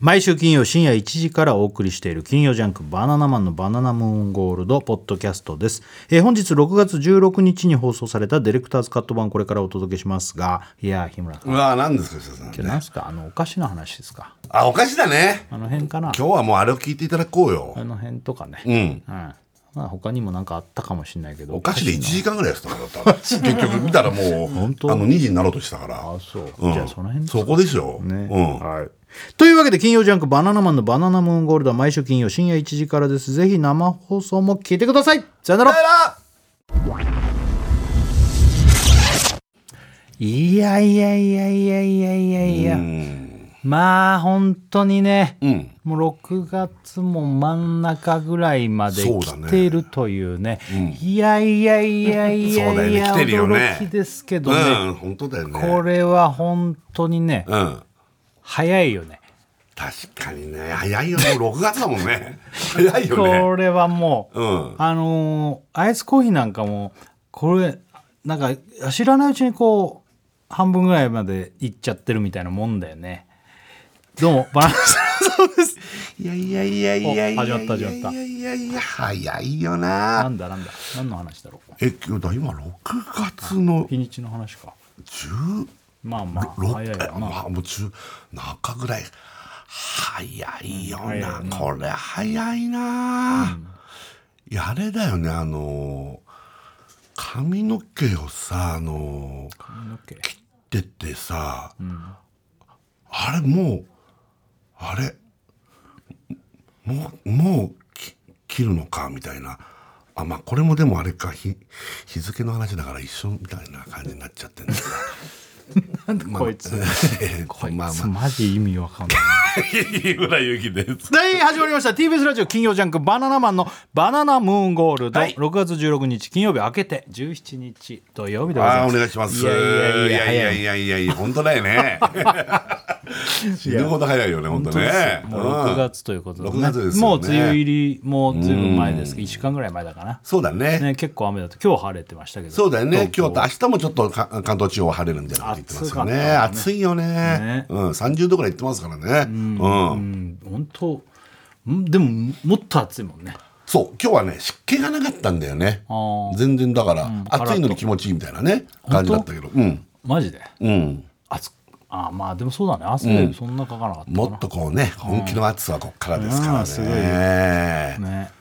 毎週金曜深夜1時からお送りしている金曜ジャンクバナナマンのバナナムーンゴールドポッドキャストです。本日6月16日に放送されたディレクターズカット版、これからお届けしますが、いや日村さん、 何ですか今日何ですか、お菓子の話ですか。 お菓子だね。 あの辺かな。 今日はもうあれを聞いていただこうよ。 あの辺とかね。まあ、他にも何かあったかもしれないけど、 お菓子で1時間ぐらいやってたから結局見たらもう2時になろうとしたから。 そう、じゃあその辺そこでしょね。はい。というわけで金曜ジャンクバナナマンのバナナムーンゴールドは毎週金曜深夜1時からです。ぜひ生放送も聞いてください。さよなら。いやまあ本当にね、もう6月も真ん中ぐらいまで来ているというね。いや驚きですけどね。 本当だよね。 これは本当にね、早いよね。 確かにね、早いよね。6月だもんね。早いよね。 これはもう、アイスコーヒーなんかもこれなんか知らないうちにこう半分ぐらいまでいっちゃってるみたいなもんだよね。どうもバナナそうです。 いや始まった早いよな。 なんだ何の話だろう。 今6月の日にちの話か。まあ早いよな。 もう中ぐらい早いよな。これ早いな。いやあれだよね、髪の毛をさ切っててさ、あれもう切るのかみたいな。まあこれもでもあれか、日付の話だから一緒みたいな感じになっちゃってるんだけどなんでこいつマジ意味わかんない。 井村ゆきです。 始まりました TBS ラジオ金曜ジャンクバナナマンのバナナムーンゴールド、6月16日金曜日明けて17日土曜日でございます。 お願いします。いや本当だよね。死ぬほど早いよね、本当ね。 もう6月ということで、 6月ですよね。 もう梅雨入りもずいぶん前ですけど、1週間ぐらい前だかな。 そうだね。 結構雨だと今日晴れてましたけど。 そうだよね。今日と明日もちょっと関東地方晴れるんじゃないかって言ってますよね。暑いよね。30度ぐらいいってますからね。 本当でももっと暑いもんね。 そう、今日はね湿気がなかったんだよね。全然だから、暑いのに気持ちいいみたいなね感じだったけど。 マジで。まあでもそうだね、汗そんなかかなかったかな。 もっとこうね、本気の暑さはこっからですからね。 すごいね。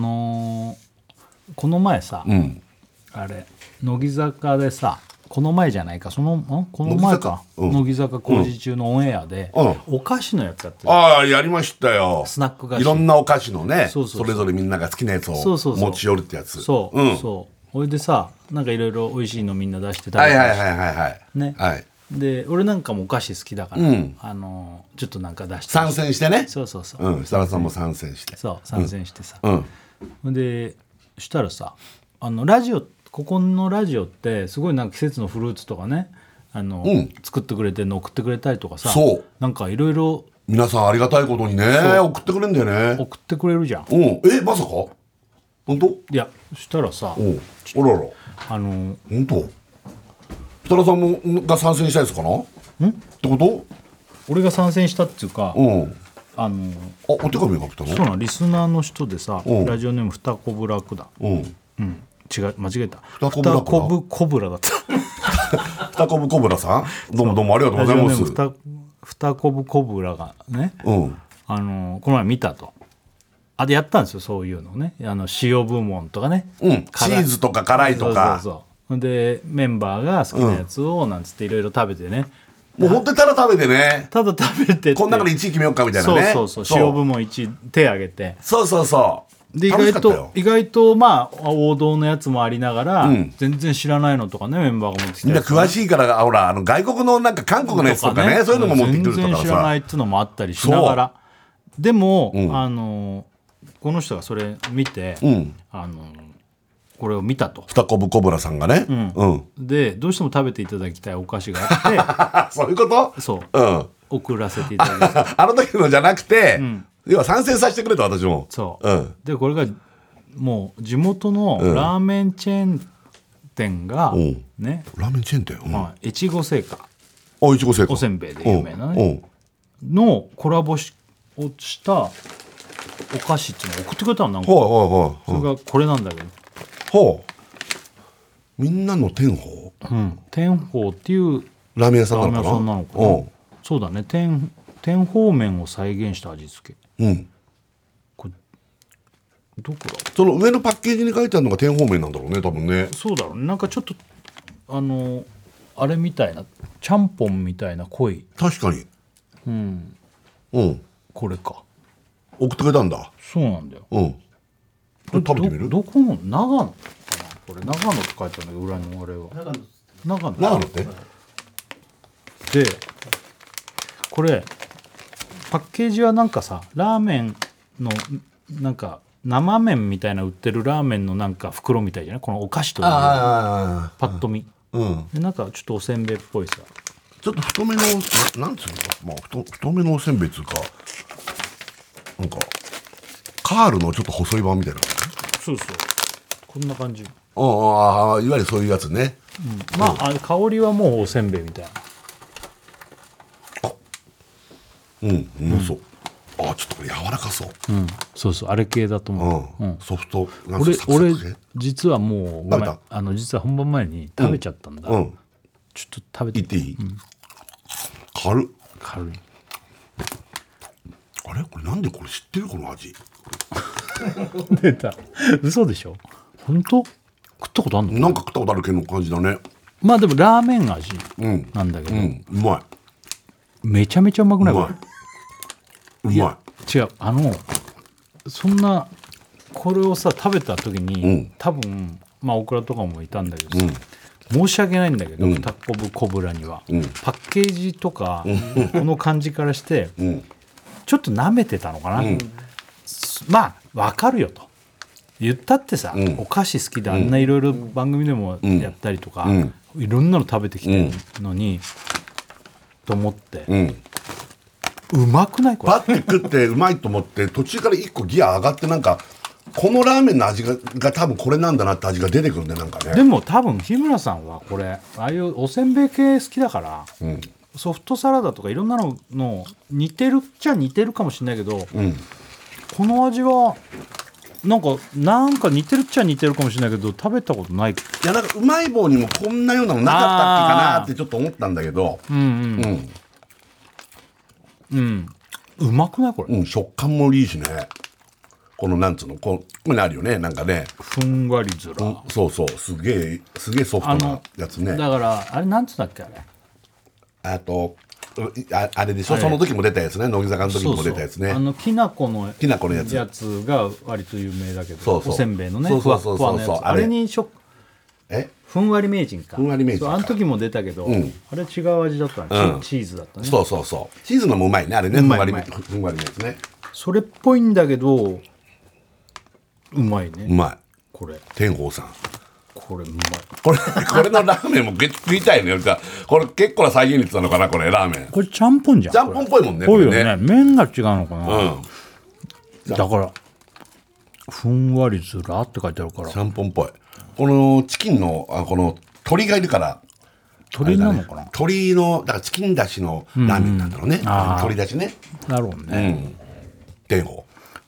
この前さ、あれ乃木坂でさ、この前じゃないか、この前か、乃木坂工事中のオンエアでお菓子のやつやってた。やりましたよ。 スナック菓子、 いろんなお菓子のね、それぞれみんなが好きなやつを持ち寄るってやつ。 そうそれでさ、なんかいろいろ美味しいのみんな出して食べてね。で俺なんかもお菓子好きだから、ちょっとなんか出して参戦してね。 そう設楽さんも参戦して、 参戦してさ、でしたらさ、ラジオ、ここのラジオってすごいなんか季節のフルーツとかね、作ってくれてるの送ってくれたりとかさ、なんかいろいろ皆さんありがたいことにね送ってくれるんだよね。 送ってくれるじゃん。 まさか本当？ いやしたらさ、 あら本当？設楽さんもが参戦したやつかな？ってこと？ 俺が参戦したっていうか、お手紙が来たの？ そうなの、リスナーの人でさ、ラジオネームふたこぶらくだ。違う、間違えた。ふたこぶコブラだった。 ふたこぶコブラさん、どうもありがとうございます。 ふたこぶコブラがね、この前見たと。でやったんですよ、そういうのね。塩部門とかね、 チーズとか辛いとか。 でメンバーが好きなやつをなんつっていろいろ食べてね。 もう本当にただ食べてね。 ただ食べて。 この中で1位決めようかみたいなね。 そう塩部門1位手挙げて。で意外とまあ王道のやつもありながら、全然知らないのとかね、メンバーが持ってきて、 みんな詳しいからほら外国のなんか韓国のやつとかね、そういうのも持ってくるとかさ、 全然知らないっていうのもあったりしながら、でも、この人がそれ見て、これを見たと。 ふたこぶコブラさんがね、 でどうしても食べていただきたいお菓子があってそういうこと？ そう、送らせていただきたい。 あの時のじゃなくて、要は参戦させてくれと、私も。 でこれがもう地元のラーメンチェーン店がね、 ラーメンチェーン店、 越後製菓、 越後製菓おせんべいで有名なね、のコラボをしたお菓子っていうのを送ってくれたのなんか、それがこれなんだけど、 ほう、みんなの天宝、 天宝っていうラーメン屋さんなのかな。 ラーメン屋さんなのかな。そうだね、天宝麺を再現した味付け。これどこだ。 その上のパッケージに書いてあるのが天宝麺なんだろうね、多分ね。 そうだろうね。なんかちょっとあれみたいな、ちゃんぽんみたいな濃い。 確かに。 これか。 送ってくれたんだ。 そうなんだよ。 これ食べてみる。 どこの長野かな。これ長野って書いてあるんだけど、裏のあれは長野ってで、これパッケージはなんかさ、ラーメンのなんか生麺みたいな売ってるラーメンのなんか袋みたいじゃない、このお菓子というパッと見、でなんかちょっとおせんべいっぽいさ、 ちょっと太めのなんつうのか、まあ、太めのおせんべいつうか、なんかカールのちょっと細い版みたいな。 そうこんな感じ。 いわゆるそういうやつね。 まあ香りはもうおせんべいみたいな。 うまそう。ちょっとこれ柔らかそう。 そうあれ系だと思う。 ソフト。 俺実はもうごめん、実は本番前に食べちゃったんだ。ちょっと食べていっていい？軽い。あれこれなんでこれ知ってるこの味。 出た。嘘でしょ。本当？食ったことあるの？ なんか食ったことある系の感じだね。 まあでもラーメン味なんだけど、 うまい。 めちゃめちゃうまくない？これうまい。 違う、そんなこれをさ食べた時に、多分まあオクラとかもいたんだけどさ、申し訳ないんだけど、タコブコブラには、パッケージとか、この感じからして、ちょっと舐めてたのかな。まあ分かるよと言ったってさ、お菓子好きであんないろいろ番組でもやったりとか、いろんなの食べてきてるのに、と思って、うまくないこれ。 パッて食ってうまいと思って途中から一個ギア上がって、なんかこのラーメンの味が多分これなんだなって味が出てくるんで、なんかね。 でも多分日村さんはこれああいうおせんべい系好きだから、ソフトサラダとかいろんなの似てるっちゃ似てるかもしれないけど、この味はなんか似てるっちゃ似てるかもしれないけど食べたことない。いや、なんかうまい棒にもこんなようなのなかったっけかなってちょっと思ったんだけど、 うまくないこれ。 食感もいいしね。このなんつうの、ここにあるよね、なんかね、 ふんわりずら、 そうすげえソフトなやつね。 だからあれなんつうんだっけ、 あれでしょ、その時も出たやつね、乃木坂の時も出たやつね。 きな粉のやつが割と有名だけど、 そうおせんべいのね、 そうふわふわのやつ、あれにふんわり名人か、 ふんわり名人か、 あの時も出たけど、あれ違う味だったね、チーズだったね。 そうチーズのもうまいね、あれね、ふんわりのやつね。 それっぽいんだけどうまいね。 うまい。 これ天宝さん、 これうまい。 これのラーメンも食いたいね。これ結構な再現率なのかな、これラーメン。 これちゃんぽんじゃん。 ちゃんぽんっぽいもんね。 ぽいよね。麺が違うのかな。だからふんわりずらって書いてあるから。 ちゃんぽんっぽい。このチキンのこの鶏がいるから。 鶏なのかな。 鶏のだからチキンだしのラーメンなんだろうね。鶏だしね。 なるほどね。 天宝。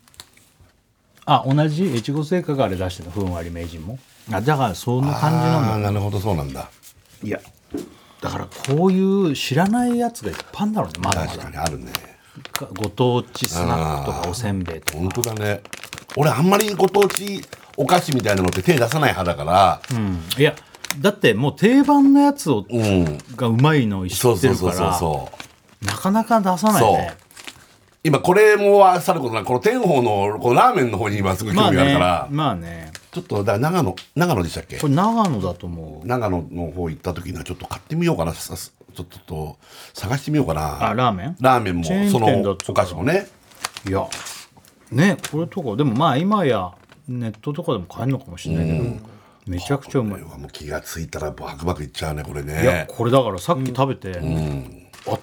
同じ越後製菓があれ出してたふんわり名人も。だからそんな感じなんだ。 なるほど、そうなんだ。 いやだからこういう知らないやつがいっぱいあるんだろうね。まだ確かにあるね。 ご当地スナックとかおせんべいとか。 本当だね。俺あんまりご当地お菓子みたいなのって手出さない派だから、 いやだってもう定番のやつがうまいのを知ってるから、なかなか出さないね。 今これもさることなこの天宝のこのラーメンの方に今すごい興味があるから、 まあねちょっとだから長野でしたっけ。 これ長野だと思う。 長野の方行った時にはちょっと買ってみようかな、ちょっと探してみようかな。 ラーメンもそのお菓子もね。 いやね、これとかでもまあ今やネットとかでも買えるのかもしれないけど、めちゃくちゃうまい。 もう気がついたらバクバクいっちゃうねこれね。 いやこれだからさっき食べて、あっ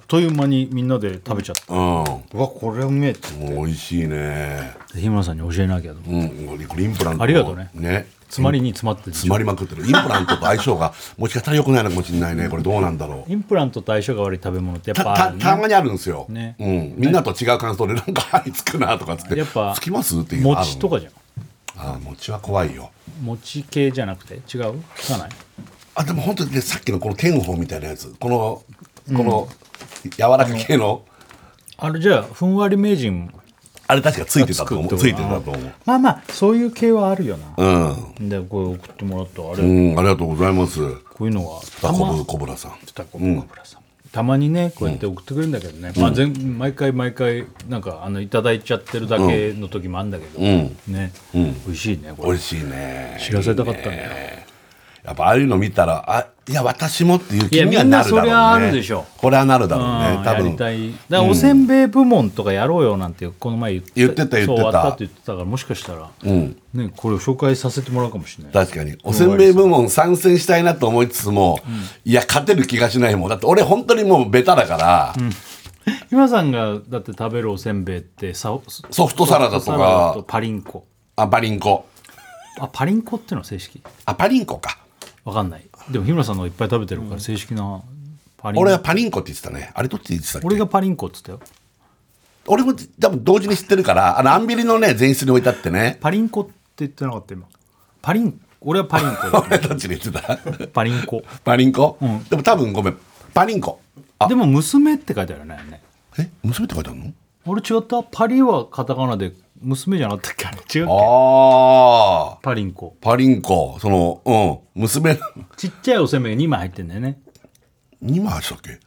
という間にみんなで食べちゃった。うわこれうめえって。 美味しいね。 日村さんに教えなきゃと。 これインプラント。 ありがとうね。 ね。 詰まりに詰まってる。 詰まりまくってる。インプラントと相性がもしかしたら良くないのかもしれないね。これどうなんだろう。 インプラントと相性が悪い食べ物ってやっぱたまにあるんですよ。 ね。 みんなと違う感想でなんか歯につくなとかっつって。 やっぱつきますっていう。 餅とかじゃん。 餅は怖いよ。 餅系じゃなくて違う？つかない？ でも本当にね、さっきのこの天宝みたいなやつ、この柔らか系の、 あれじゃあふんわり名人あれ確かついてたと思う。 まあそういう系はあるよな。でこれ送ってもらったあれ、 ありがとうございます。 こういうのがコブラさんたまにねこうやって送ってくれるんだけどね、毎回なんかいただいちゃってるだけの時もあるんだけど、ね、美味しいねこれ。 美味しいね。 知らせたかったんだよ。 やっぱああいうの見たらいや私もっていう気にはなるだろうね。 そりゃあるでしょ。 これはなるだろうね。多分やりたい。だからおせんべい部門とかやろうよなんてこの前言ってた。 そう終わったって言ってたからもしかしたらねこれを紹介させてもらうかもしれない。 確かにおせんべい部門参戦したいなと思いつつもいや勝てる気がしないもん。だって俺本当にもうベタだから。 日村さんがだって食べるおせんべいってソフトサラダとかパリンコ。 パリンコってのは正式？ パリンコか。 わかんない。でも日村さんのがいっぱい食べてるから正式なパリンコ。俺はパリンコって言ってたね。あれどっち言ってたっけ？ 俺がパリンコって言ったよ。 俺も多分同時に知ってるからアンビリのね前室に置いてあってね。 パリンコって言ってなかった今。俺はパリンコ。 俺どっちで言ってた？ パリンコ。 でも多分ごめんパリンコ。 でも娘って書いてあるね。 娘って書いてあるの？ 俺違った。パリはカタカナで娘じゃなかったっけ？あれ違うっけ？パリンコその娘ちっちゃいおせんべいが2枚入ってんだよね。 2枚入ってたっけ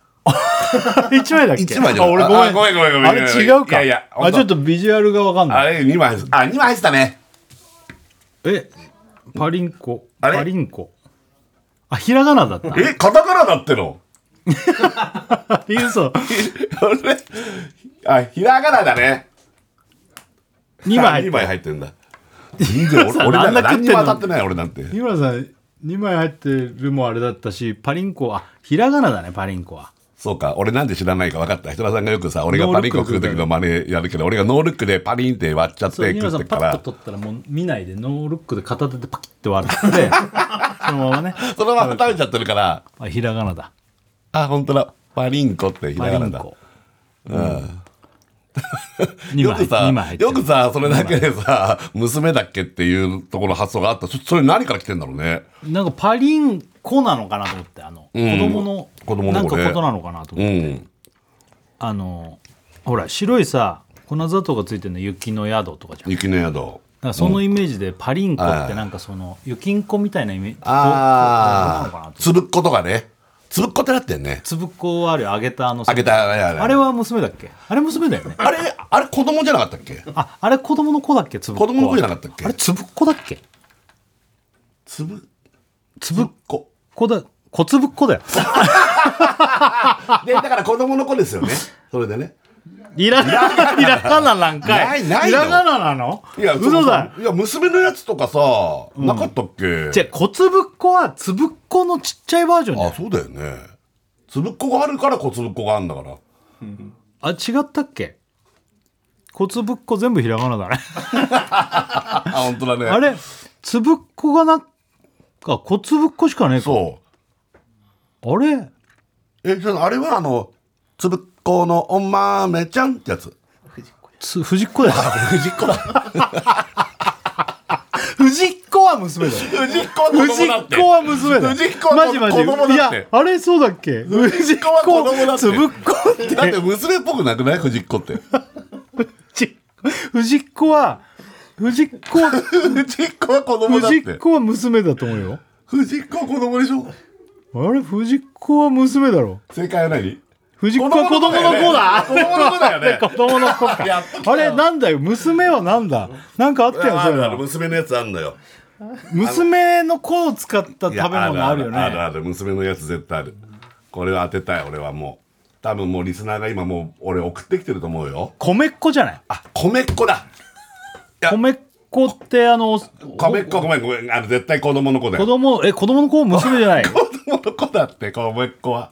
？1枚だっけ ？1枚じゃん。 俺ごめんあれ違うか。 いやちょっとビジュアルが分かんない。 あれ2枚入ってたね。 パリンコひらがなだった。 カタカナだっての嘘。 ひらがなだね。 2枚入ってるんだ。俺なんか何にも当たってない。俺なんて日村さん2枚入ってるもあれだったし、パリンコひらがなだね。パリンコはそうか。俺なんで知らないか分かった。ひとらさんがよくさ俺がパリンコ食う時の真似やるけど俺がノールックでパリンって割っちゃって食ってから日村さんパッと取ったらもう見ないでノールックで片手でパキッて割るってそのままねそのまま食べちゃってるからひらがなだ。 本当だ。パリンコってひらがなだ。よくさそれだけでさ娘だっけっていうところ発想があった。それ何から来てんだろうね。 なんかパリンコなのかなと思って子供のなんかことなのかなと思って、ほら白いさ粉砂糖がついてるの雪の宿とかじゃん。 雪の宿だからそのイメージでパリンコってなんかその雪んこみたいなイメージ。 つぶっことかね。つぶっこってなってんね。 つぶっこはあるよ。揚げたあれは娘だっけ？あれ娘だよね。 あれ子供じゃなかったっけ？ あれ子供の子だっけ？つぶっこ子供の子じゃなかったっけ？ あれつぶっこだっけ？つぶっこだ。小つぶっこだよ。 でだから子供の子ですよね。それでね。 ひらがななんかい。ひらがななの？ いや嘘だ。 いや娘のやつとかさなかったっけ？ 小つぶっこはつぶっこのちっちゃいバージョンじゃん。 そうだよね。つぶっこがあるから小つぶっこがあるんだから。 違ったっけ？小つぶっこ全部ひらがなだね。 本当だね。 あれつぶっこが小つぶっこしかねえか。 そう。 あれあれはつぶっこのお豆ちゃんってやつ。 藤子だよ。 藤子だ。 藤子は娘だよ。 藤子は娘だ。 藤子は子供だって。いやあれそうだっけ？ 藤子は子供だって。 つぶっこってだって娘っぽくなくない？藤子って。 藤子は子供だって。藤子は娘だと思うよ。 藤子は子供でしょ。 あれ藤子は娘だろ。 正解は何？ 藤子は子供の子だ。 子供の子だよね。 子供の子か。あれなんだよ。娘はなんだ。なんかあったよそれ。 娘のやつあんのよ。 娘の子を使った食べ物あるよね。 ある娘のやつ絶対ある。これは当てたい。俺はもう多分もうリスナーが今もう俺送ってきてると思うよ。 米っ子じゃない？ 米っ子だ。 米っ子って米っ子ごめん絶対子供の子だよ。 子供の子娘じゃない？ 子供の子だって米っ子は。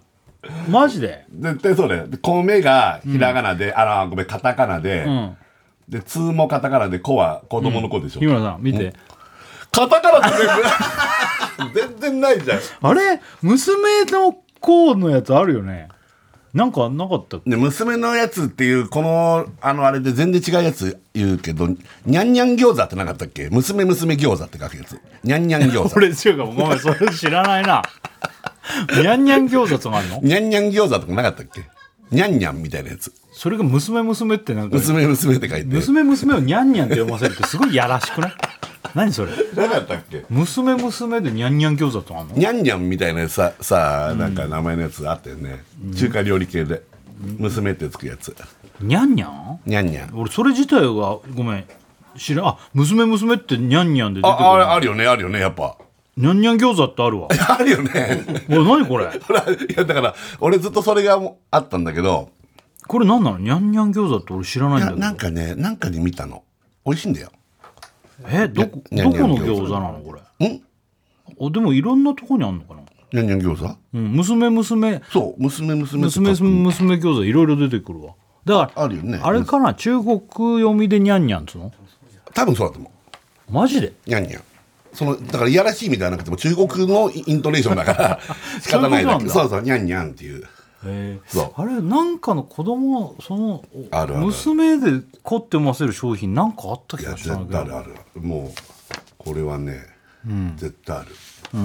マジで絶対そうだよ。で米がひらがなで、ごめんカタカナで、 んでつもカタカナで子は子供の子でしょ、 日村さん見て、 カタカナって全然ないじゃん。 あれ娘の子のやつあるよね。なんかなかったっけ。 で娘のやつっていうこのあれで全然違うやつ言うけど、にゃんにゃん餃子ってなかったっけ？娘餃子って書くやつ。にゃんにゃん餃子。 俺違うかも、ごめんそれ知らないな。にゃんにゃん餃子とかあるの？ にゃんにゃん餃子とかなかったっけ？にゃんにゃんみたいなやつ。 それが娘ってなんか娘って書いて。 娘をにゃんにゃんって読ませるってすごいやらしくない？何それ。 なかったっけ？ 娘でにゃんにゃん餃子とあんの？ にゃんにゃんみたいなさなんか名前のやつあったよね、中華料理系で娘ってつくやつ。 にゃんにゃん？ にゃんにゃん。 俺それ自体がごめん知らん。あ、娘ってにゃんにゃんで出てくる。 あるよねやっぱ。 にゃんにゃん餃子ってあるわ。 あるよね。 おい何これ。 ほらいやだから俺ずっとそれがあったんだけど、 これ何なの？にゃんにゃん餃子って俺知らないんだけど。 なんかに見たの。美味しいんだよ。 どこの餃子なのこれ？でもいろんなとこにあんのかな。 にゃんにゃん餃子？ うん、娘そう娘餃子いろいろ出てくるわ。だからあるよね。 あれかな、中国読みでにゃんにゃんつの？ 多分そうだと思う。マジで？ にゃんにゃん。だからいやらしいみたいなくても中国のイントネーションだから仕方ないだけど。そうにゃんにゃんっていう。 あれなんかの子供ある娘で子って読ませる商品なんかあった気がしたんだけど。 絶対ある。もうこれはね、絶対ある。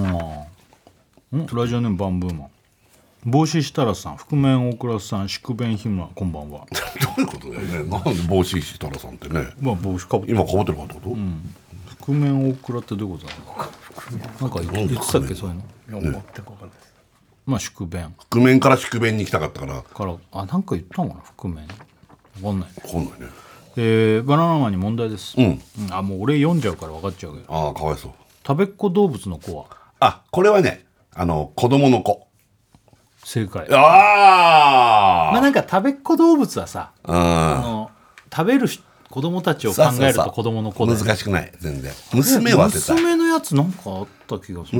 ラジオネームバンブーマン。帽子設楽さん、覆面大倉さん、宿弁日村、こんばんは。 どういうことだよね。なんで帽子設楽さんってね。 まあ帽子かぶって今かぶってるかってこと？ 覆面大倉ってどういうことなの？なんか言ってたっけそういうの。 いや全く分かんないです。 まあ宿弁覆面から宿弁に行きたかったからなんか言ったのかな覆面。分かんない。 分かんないね。 バナナマンに問題です。もう俺読んじゃうから分かっちゃうけど。 かわいそう。 食べっ子動物の子は？ これはね子供の子。 正解。 まあなんか食べっ子動物はさ、食べる子供たちを考えると子供の子だよね。 難しくない全然。娘は当てたい。 娘のやつなんかあった気がする。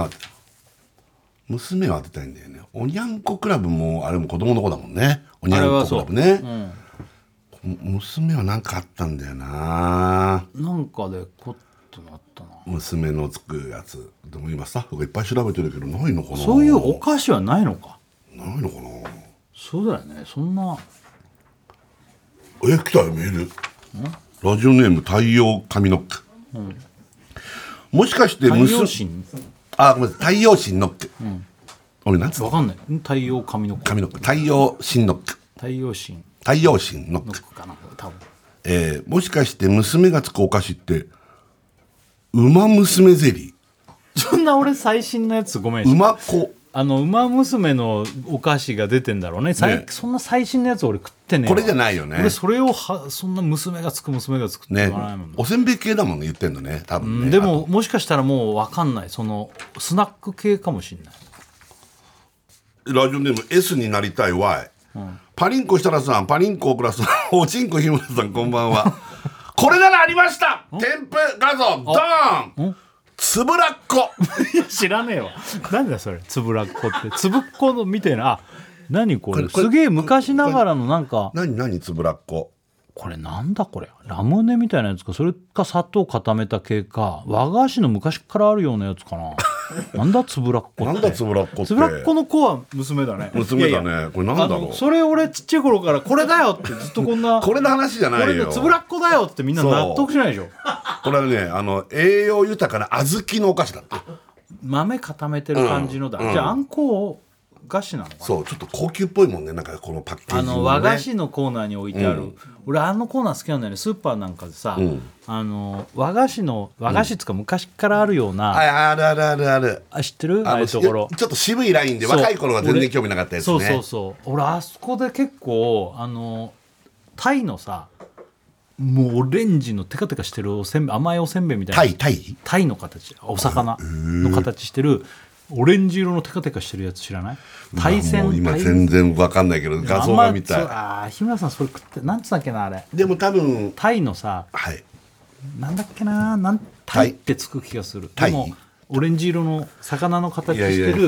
娘は当てたいんだよね。おにゃんこクラブもあれも子供の子だもんね。おにゃんこクラブね。娘はなんかあったんだよな。 なんかでこってなったな。 娘のつくやつでも今スタッフがいっぱい調べてるけどないのかな。 そういうお菓子はないのか。 ないのかな。 そうだよね。そんな来たよメール。ラジオネーム太陽髪ノック、もしかして太陽神？ ごめんなさい、太陽神ノック、俺なんつうの分かんない。太陽髪ノック、 太陽神ノック、 太陽神ノックかな多分。もしかして娘がつくお菓子って馬娘ゼリー。そんな俺最新のやつごめん。 馬子馬娘のお菓子が出てんだろうね。そんな最新のやつ俺食ってねえ。 これじゃないよね。 俺それをそんな娘がつくって言わないもんね。 おせんべい系だもんね言ってんのね多分ね。 でももしかしたらもう分かんない。スナック系かもしれない。 ラジオネーム S になりたい Y、パリンコ設楽さん、パリンコ大倉さん、おちんこ日村さん、こんばんは。これならありました。添付画像ドーン。つぶらっこ。 いや知らねえわ。なんだそれつぶらっこって。つぶっこのみたいな。何これすげえ昔ながらのなんか。 何つぶらっこ。 これなんだこれ。ラムネみたいなやつか、それか砂糖固めた系か、和菓子の昔からあるようなやつかな。なんだつぶらっこって。 なんだつぶらっこって。 つぶらっこの子は娘だね。 娘だね。これなんだろう。 それ俺ちっちゃい頃からこれだよってずっとこんな。 これの話じゃないよ。 これつぶらっこだよってみんな納得しないでしょ。 これはね栄養豊かな小豆のお菓子だった。 豆固めてる感じのだ。じゃああんこ菓子なのかな。 そうちょっと高級っぽいもんね。なんかこのパッケージのね。 和菓子のコーナーに置いてある。俺コーナー好きなんだよね。スーパーなんかでさ、和菓子つか昔からあるような、 ある知ってる？ああいうところちょっと渋いラインで若い頃は全然興味なかったやつね。 そう俺あそこで結構タイのさ、もうオレンジのテカテカしてる甘いおせんべいみたいなタイの形、お魚の形してるオレンジ色のテカテカしてるやつ知らない？ もう今全然分かんないけど画像が見たい。 日村さんそれ食ってなんつったっけなあれ。 でも多分タイのさ、なんだっけなタイってつく気がする。でもオレンジ色の魚の形してる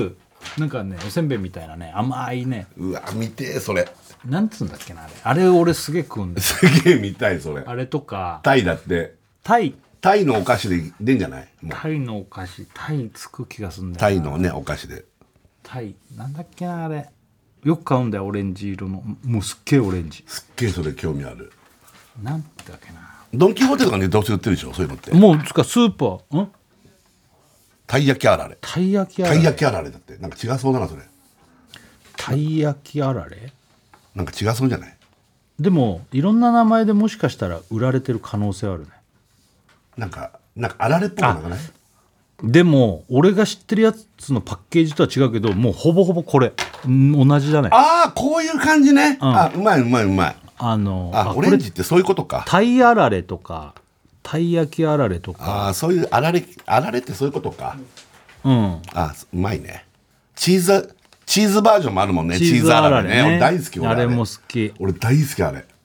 なんかねおせんべいみたいなね甘いね。 うわ見てそれ。 なんつうんだっけなあれ俺すげえ食うんだよ。 すげえ見たいそれ。 あれとかタイだって。タイのお菓子で出んじゃない？もうタイのお菓子タイつく気がするんだよ。 タイのねお菓子で。 タイなんだっけなあれ。よく買うんだよオレンジ色のもうすっげえオレンジ。 すっげえそれ興味ある。 なんだっけな。 ドンキホーテとかにどうせ売ってるでしょそういうのって。 もうつかスーパーたい焼きあられ。 たい焼きあたられ。 い焼きあられだってなんか違うそうだなそれ。 たい焼きあられなんか違うそうじゃない？ でもいろんな名前でもしかしたら売られてる可能性あるね。 なんかあられっぽくなんかない？ でも俺が知ってるやつのパッケージとは違うけどもうほぼほぼこれ同じだね。 ああこういう感じね。あうまいうまいうまい。オレンジってそういうことか。 タイあられとかたい焼きあられとか。 あそういうあられってそういうことか。うまいね。チーズバージョンもあるもんね。チーズあられね。俺大好き。俺あれも好き。 俺大好きあれ。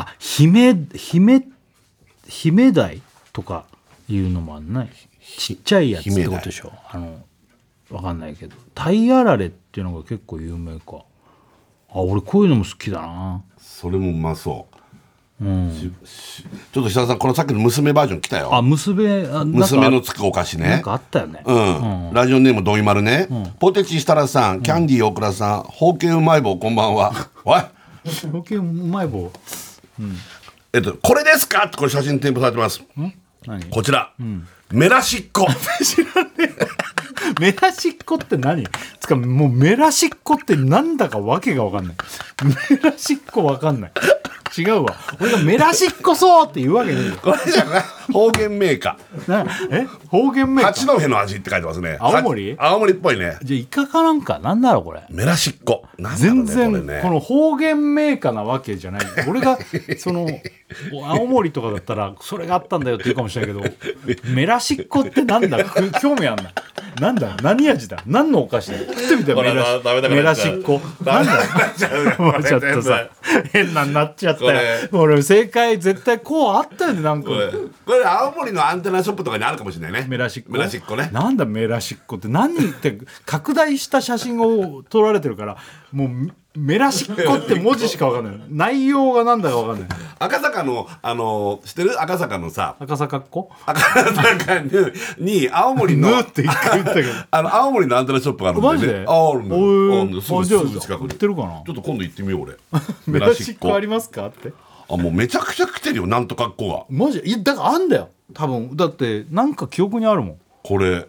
姫鯛とかいうのもあんない。ちっちゃいやつってことでしょ。わかんないけどタイあられっていうのが結構有名か。俺こういうのも好きだな。 それもうまそう。ちょっと設楽さんこのさっきの娘バージョン来たよ。娘のつくお菓子ね。 なんかあったよね。 ラジオネームどいまるね。ポテチ設楽さん、キャンディー大倉さん、ほうけんうまい棒こんばんは。おいほうけんうまい棒。 これですかってこれ写真添付されてます。こちら、メラシッコ。 知らねえ。メラシッコって何？つかもうメラシッコってなんだかわけがわかんない。メラシッコわかんない。違うわ。俺がメラシッコそうって言うわけねえよ。 これじゃない。方言メーカー。方言メーカー。 八戸の味って書いてますね。 青森っぽいね。 じゃあイカかなんかなんだろうこれ。 メラシッコ。 全然この方言メーカーなわけじゃない。俺がその青森とかだったらそれがあったんだよって言うかもしれないけど、メラシッコってなんだ興味あんない。なんだ何味だ何のお菓子だ食ってみてメラシッコなんだもうちょっとさ変なになっちゃったよ。俺正解絶対こうあったよね。なんかこれ青森のアンテナショップとかにあるかもしれないね。メラシッコね。 なんだメラシッコって何って拡大した写真を撮られてるからもうメラシッコって文字しか分かんない。内容がなんだか分かんない。 赤坂の知ってる赤坂のさ赤坂っ子赤坂に青森のって一回言ったけど青森のアンテナショップがあるんでね。 マジで？ あるすぐ近くに売ってるかな。 ちょっと今度行ってみよう俺。 メラシッコありますかって。 もうめちゃくちゃ来てるよなんとかっこが。 マジ？いやだからあんだよ多分。だってなんか記憶にあるもんこれ。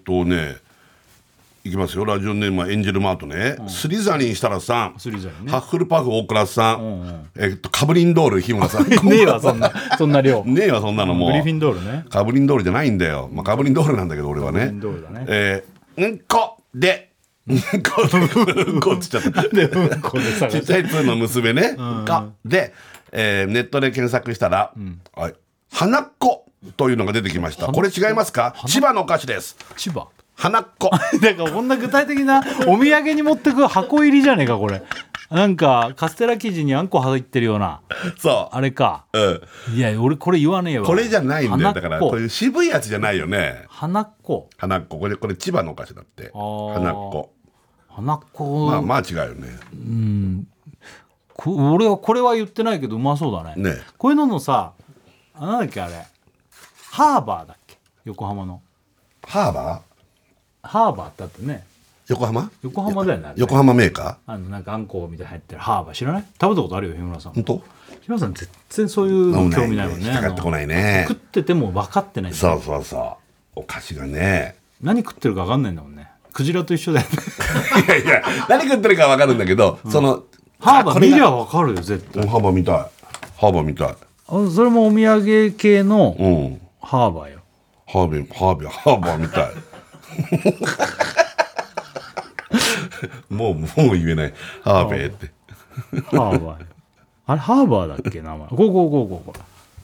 いきますよ。ラジオネームはエンジェルマートね。スリザリン設楽さん、ハッフルパフ大倉さん、カブリンドール日村さん。 ねえわそんな量。 ねえわそんなのもう。 グリフィンドールね。 カブリンドールじゃないんだよ。カブリンドールなんだけど俺はね。うんこでうんこって言っちゃった。 でうんこでさ。 ちっちゃい2の娘ね。でネットで検索したら花っ子というのが出てきました。これ違いますか？千葉のお菓子です。 千葉花っ子。 だからこんな具体的なお土産に持ってく箱入りじゃねえかこれ。なんかカステラ生地にあんこ入ってるような。 そうあれか。いや俺これ言わねえわ。 これじゃないんだよ。だからこういう渋いやつじゃないよね。 花っ子これ千葉のお菓子だって。花っ子まあ違うよね。 俺はこれは言ってないけどうまそうだね。こういうのさなんだっけあれハーバーだっけ横浜の。 ハーバーってあってね。 横浜だよね。 横浜メーカーなんかあんこみたいに入ってるハーバー知らない？食べたことあるよ日村さん。 本当？ 日村さん全然そういうの興味ないもんね。 かかってこないね。 食ってても分かってない。 そうお菓子がね何食ってるか分かんないんだもんね。クジラと一緒だよね。 いや何食ってるか分かるんだけど、そのハーバー見りゃ分かるよ絶対。 ハーバー見たい。 それもお土産系のハーバーよ。 ハーバーみたい。もう言えないハーベーって。 ハーバーあれハーバーだっけ名前。こ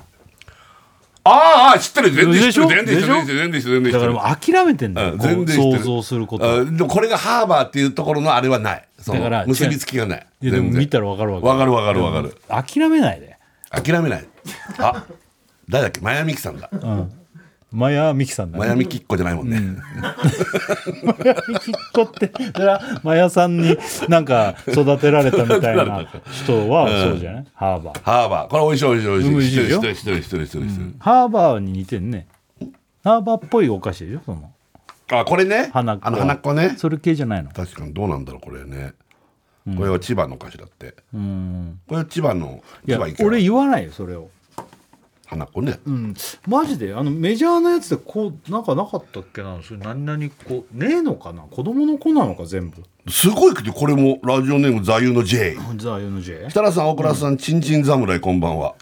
あ知ってる。全然知ってる。 だからもう諦めてんだよ。想像すること。 でもこれがハーバーっていうところのあれはない。だから結びつきがない。 でも見たら分かる。 分かる。 諦めないで。 誰だっけマヤミキさんだ。 マヤミキさんだね。 マヤミキっ子じゃないもんね、 マヤミキっ子ってそれはマヤさんになんか育てられたみたいな人はそうじゃない、ハーバー。 これ美味しい美味しい美味しい。 美味しいよ。 知ってる、 ハーバーに似てんね。ハーバーっぽいお菓子でしょ、そのあ、これね、 花っこ花っこね。 それ系じゃないの。 確かにどうなんだろうこれね、これは千葉のお菓子だって、これは千葉のいや俺言わないよそれを。 花っこね、 マジでメジャーなやつでこうなんかなかったっけな。それ何々こうねえのかな、子供の子なのか全部。 すごいけど、これもラジオネーム座右の J。 ザユの J。 設楽さん、大倉さん、ちんちん侍、こんばんは。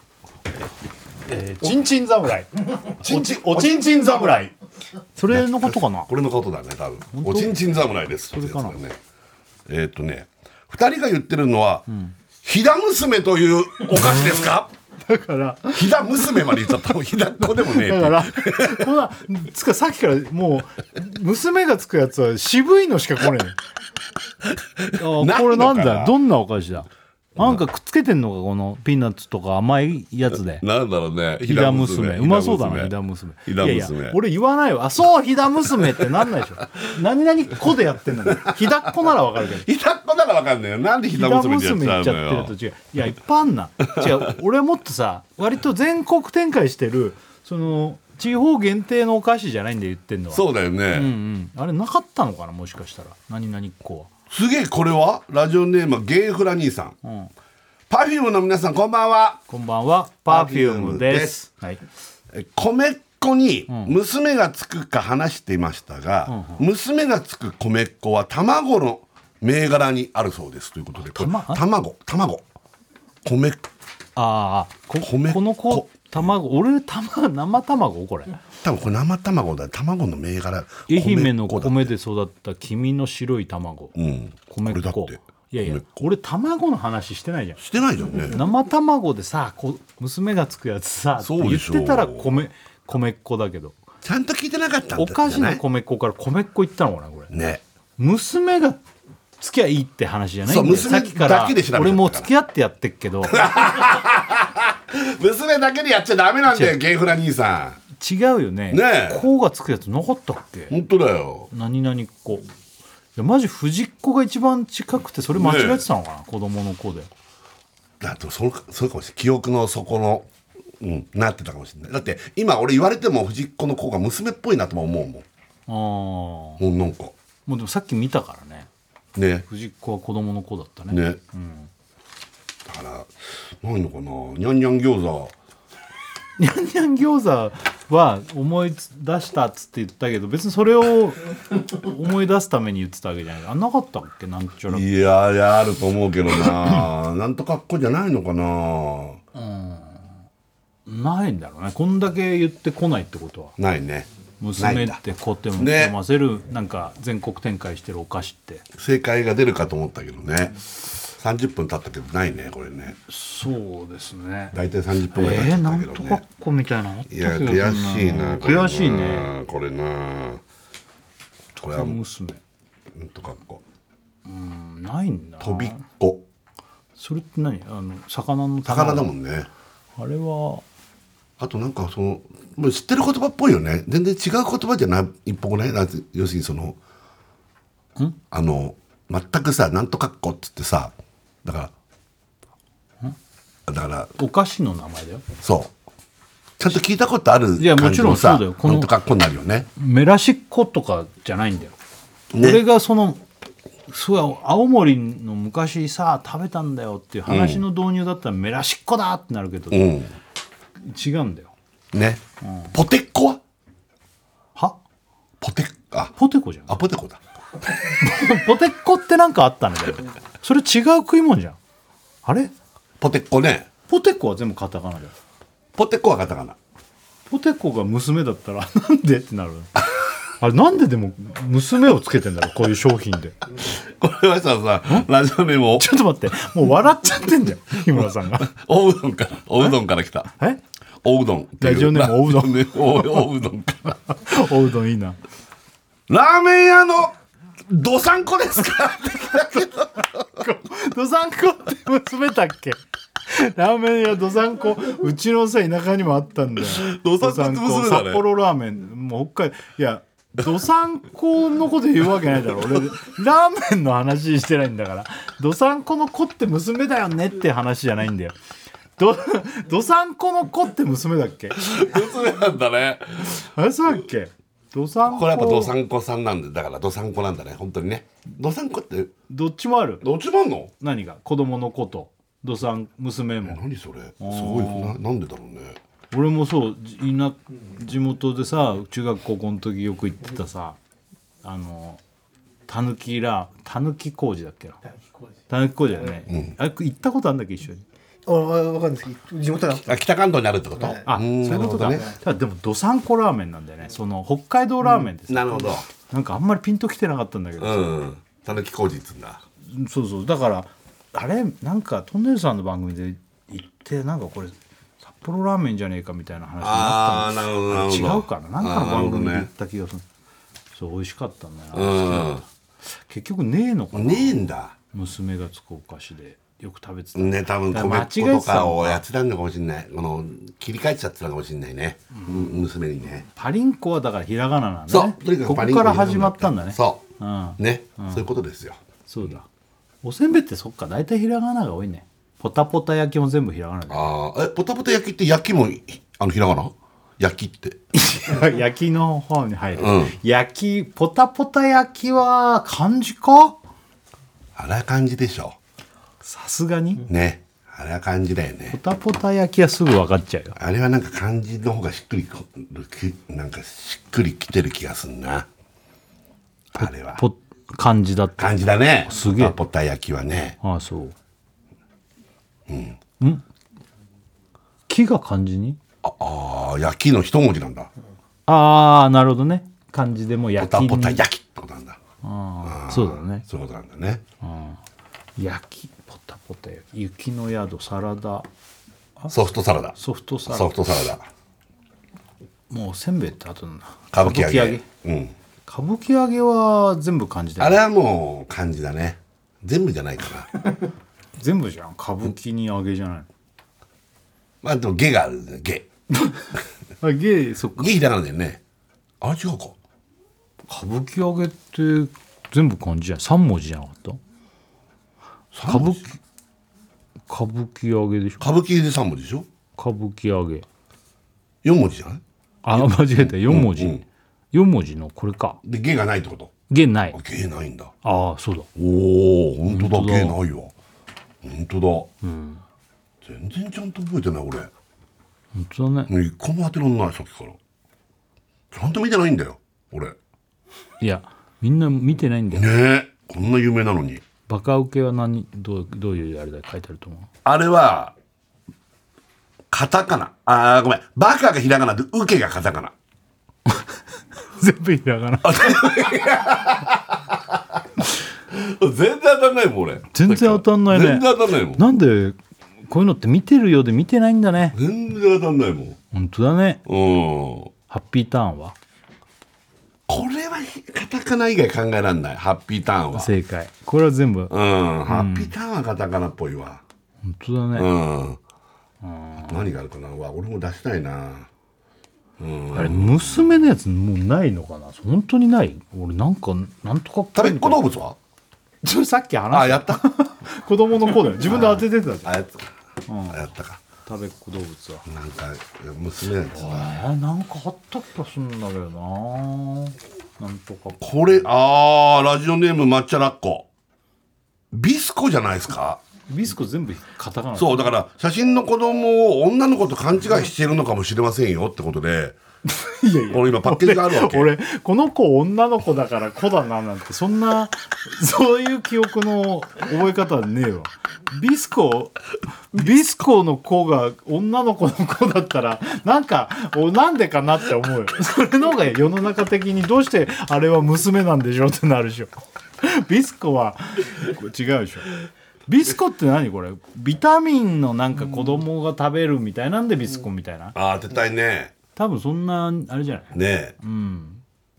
ちんちん侍おちんちん侍、 それのことかな。 これのことだね多分。おちんちん侍です。それかな。2人が言ってるのは、ひだ娘というお菓子ですか。 だからひだ娘まで言っちゃった。ひだっこでもねえ。 だからこんなつかさっきからもう娘がつくやつは渋いのしか来ねえ。これなんだ、どんなお菓子だ。なんかくっつけてんのか、このピーナッツとか甘いやつで。 なんだろうね。 ひだ娘うまそうだな。ひだ娘。 ひだ娘。 いやいや俺言わないわ。あ、そうひだ娘ってなんないでしょ。何々子でやってんのに。ひだっこならわかるけど。 ひだっこならわかんないよ。なんでひだ娘ってやっちゃうのよ。 ひだ娘言っちゃってると違う。いやいっぱいあんな。違う。俺はもっとさ、割と全国展開してるその地方限定のお菓子じゃないんで言ってんのは。 そうだよね。 あれなかったのかな、もしかしたら。何々子は。 すげえ。これはラジオネームゲイフラ兄さん。パフュームの皆さん、こんばんは。 こんばんは。パフュームです。はい。 米っ子に娘がつくか話していましたが、娘がつく米っ子は卵の銘柄にあるそうですということで、卵米。 ああ、 米この子卵、俺生卵これ。 多分これ生卵だ。卵の銘柄。 愛媛の米で育った黄身の白い卵。米っ子。いやいや、俺卵の話してないじゃん。 してないじゃんね。 生卵でさ、娘がつくやつさって言ってたら米っ子だけど、 ちゃんと聞いてなかったんだ。 お菓子の米っ子から米っ子言ったのかなこれね。 娘がつきゃいいって話じゃないんだよ。さっきから俺もう付き合ってやってっけど娘だけでやっちゃダメなんだよ、ゲイフラ兄さん。違うよね。子がつくやつなかったっけ。 本当だよ。 何々子。いやマジ藤子が一番近くて、それ間違えてたのかな、子供の子で。 だとそれかもしれない。記憶の底の、なってたかもしれない。だって今俺言われても藤子の子が娘っぽいなとも思うもん。 もうなんかもうでもさっき見たからね。藤子は子供の子だったね。 だからないのかな。にゃんにゃん餃子。 にゃんにゃん餃子は思い出したっつって言ったけど、別にそれを思い出すために言ってたわけじゃない。なかったっけ、なんちゃら。 いやあると思うけどな。なんとかっこじゃないのかな。 ないんだろうね。こんだけ言ってこないってことはないね。 娘って子って読ませる、なんか全国展開してるお菓子って正解が出るかと思ったけどね。30分経ったけどないねこれね。 そうですね。 大体30分ぐらい経っちゃったけどね。 なんとかっこみたいなのあったけど。 いや悔しいな。 悔しいねこれな。これは娘なんとかっこ。 ないんだ。 とびっこ。 それって何、魚の魚だもんね。 あれは。あとなんかそのもう知ってる言葉っぽいよね。全然違う言葉じゃないっぽくない。要するにその全くさ、なんとかっこっつってさ、だからお菓子の名前だよ。 そうちゃんと聞いたことある感じのさ。 いやもちろんそうだよ。 なんとかっこになるよね。 メラシッコとかじゃないんだよ、ね、俺がそう青森の昔さ食べたんだよっていう話の導入だったらメラシッコだってなるけど、違うんだよね、ポテッコはポテコじゃん。 ポテコだポテッコってなんかあったんだよ。それ違う食い物じゃん。あれポテッコね。 ポテコは全部カタカナだよ。 ポテコはカタカナ。 ポテコが娘だったらなんでってなる。あれなんででも娘をつけてんだろう、こういう商品で。 これはさラジオネームちょっと待って、もう笑っちゃってんじゃん日村さんが。 おうどんから来た。おうどん。 ラジオネームおうどん。 おうどんから。 おうどんいいな。 ラーメン屋のどさんこですか。 どさんこって娘だっけ。 ラーメン屋どさんこ、うちのさ田舎にもあったんだよ。 どさんこって娘だね札幌ラーメン、もう北海道、いやどさんこのこと言うわけないだろ。俺ラーメンの話してないんだから。どさんこの子って娘だよねって話じゃないんだよ。どさんこの子って娘だっけ？ 娘なんだね。 あれそうだっけ？どさんこ。 これやっぱどさんこさんなんで、だからどさんこなんだね、本当にね。どさんこってどっちもある。 どっちもあんの？ 何が子供の子とどさん娘も。 何それ、すごいなんでだろうね。 俺もそう地元でさ、中学高校の時よく行ってたさ、たぬき工事だっけな、たぬき工事だよね、あれ行ったことあるんだっけ一緒に。 分かんないですけど地元だった北関東にあるってこと？ あ、そういうことだね。ただでもどさんこラーメンなんだよね、その北海道ラーメンです、 なるほど。 なんかあんまりピンときてなかったんだけど、 たぬき工事っつうんだ。 そうそう、だからあれなんかトンネルさんの番組で行って、なんかこれ札幌ラーメンじゃねえかみたいな話になったんだ。 なるほどなるほど。 違うかな、なんかの番組で言った気がする。そう、美味しかったんだよな。結局ねえのかな。 ねえんだ。 娘がつくお菓子でよく食べてたね、多分米っ子とかをやってたのかもしれない。切り替えちゃってたのかもしれないね、娘にね。 パリンコはだからひらがななんだね。 そう、とにかくここから始まったんだね。 そう、ね、 うん、 そういうことですよ。 そうだ、おせんべいってそっか、大体ひらがなが多いね。ポタポタ焼きも全部ひらがなで。 ポタポタ焼きって焼きもひらがな？焼きって焼きの方に入る、ポタポタ焼きは漢字か？ あれは漢字でしょ。 さすがにね、あれは漢字だよね。 ポタポタ焼きはすぐ分かっちゃうよ。 あれはなんか漢字の方がしっくりなんかしっくりきてる気がすんな。あれは漢字だった。 漢字だね。 すげえ。 ポタポタ焼きはね。 ああ、そう。木が漢字に？ 焼きの一文字なんだ。 ああ、なるほどね。漢字でも焼きに。 ポタポタ焼きってことなんだ。 そうだね。 そういうことなんだね。 焼き、ポタポタ焼き、雪の宿、サラダ、 ソフトサラダ。 ソフトサラダ。もうせんべいってあとなんだ。 歌舞伎揚げ。 歌舞伎揚げは全部漢字だよ。 あれはもう漢字だね。全部じゃないかな。 全部じゃん。歌舞伎に揚げじゃないの。 まあでもゲがあるね。ゲ。 そっか。 ゲひらがなだよね。あれ違うか。 歌舞伎揚げって全部漢字じゃん。3文字じゃなかった？歌舞伎揚げでしょ。 歌舞伎で3文字でしょ。 歌舞伎揚げ 4文字じゃない？ 間違えた。4文字、4文字のこれか。 でゲがないってこと？ ゲない。 ゲないんだ。 ああ、そうだ。 おお、本当だ。ゲないわ。本当だ。全然ちゃんと覚えてない俺。 本当だね。 一個も当てらんない、さっきから。ちゃんと見てないんだよ俺。 いや、みんな見てないんだよねえ、こんな有名なのに。 バカウケはどういうあれで書いてあると思う？ あれはカタカナ。ごめん、バカがひらがなでウケがカタカナ。 全部ひらがな。 全然当たんないもん俺。 全然当たんないね。 全然当たんないもん。 なんでこういうのって見てるようで見てないんだね。 全然当たんないもん。 本当だね。 ハッピーターンは？ これはカタカナ以外考えらんない。ハッピーターンは正解。これは全部。 ハッピーターンはカタカナっぽいわ。 本当だね。 何があるかな。俺も出したいな。 あれ娘のやつもうないのかな。本当にない。俺なんとか食べっ子動物は？ さっき話した。 やった。 子供の子だよ。自分で当ててたじゃん。 やったか。 食べっ子動物はなんか娘なんですね。 なんかあった気がするんだけどな。なんとかこれラジオネーム抹茶ラッコ。ビスコじゃないですか。 ビスコ全部カタカナ。 そうだから写真の子供を女の子と勘違いしているのかもしれませんよってことで。 いやいや、 俺今パッケージがあるわけ。 俺この子女の子だから子だななんてそういう記憶の覚え方はねえわ。ビスコの子が女の子の子だったらなんでかなって思うよ。それの方が世の中的にどうしてあれは娘なんでしょってなるでしょ。ビスコは違うでしょ。ビスコって何これ？ビタミンのなんか子供が食べるみたいなんでビスコみたいな。 絶対ね。 多分そんなあれじゃない？ ねえ。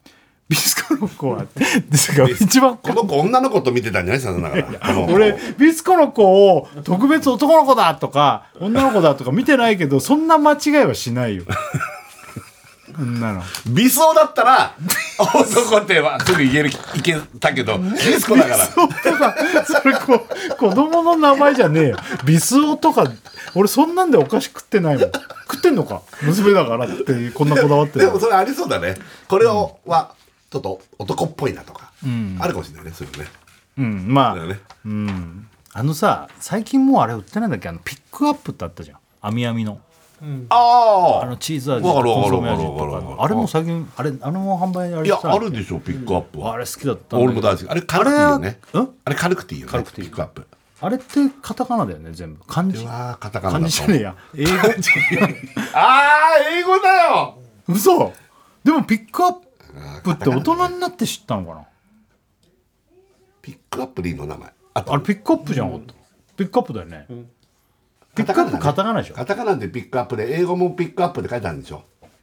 ビスコの子はですが一番この子女の子と見てたんじゃないですかだから俺ビスコの子を特別男の子だとか女の子だとか見てないけどそんな間違いはしないよそんなのビスオだったら男ってはすぐいけたけどビスコだからビスオとかそれ子供の名前じゃねえよビスオとか俺そんなんでお菓子食ってないもん食ってんのか娘だからってこんなこだわってるでもそれありそうだねこれをはちょっと男っぽいなとか、あるかもしれないねそういうのねまあ、 ねさ最近もうあれ売ってないんだっけピックアップってあったじゃん網のチーズ味とかコンソメ味とかのあれも最近あれ販売あれいやあるでしょピックアップはあれ好きだった俺も大好きあれ軽くていいよねあれ軽くていいよねピックアップあれってカタカナだよね全部漢字カタカナだと漢字じゃねえや英語英語だよ嘘でもピックアップって大人になって知ったのかなピックアップでいいの名前あれピックアップじゃんピックアップだよねピックアップカタカナでしょカタカナでピックアップで英語もピックアップで書いてあるんでしょ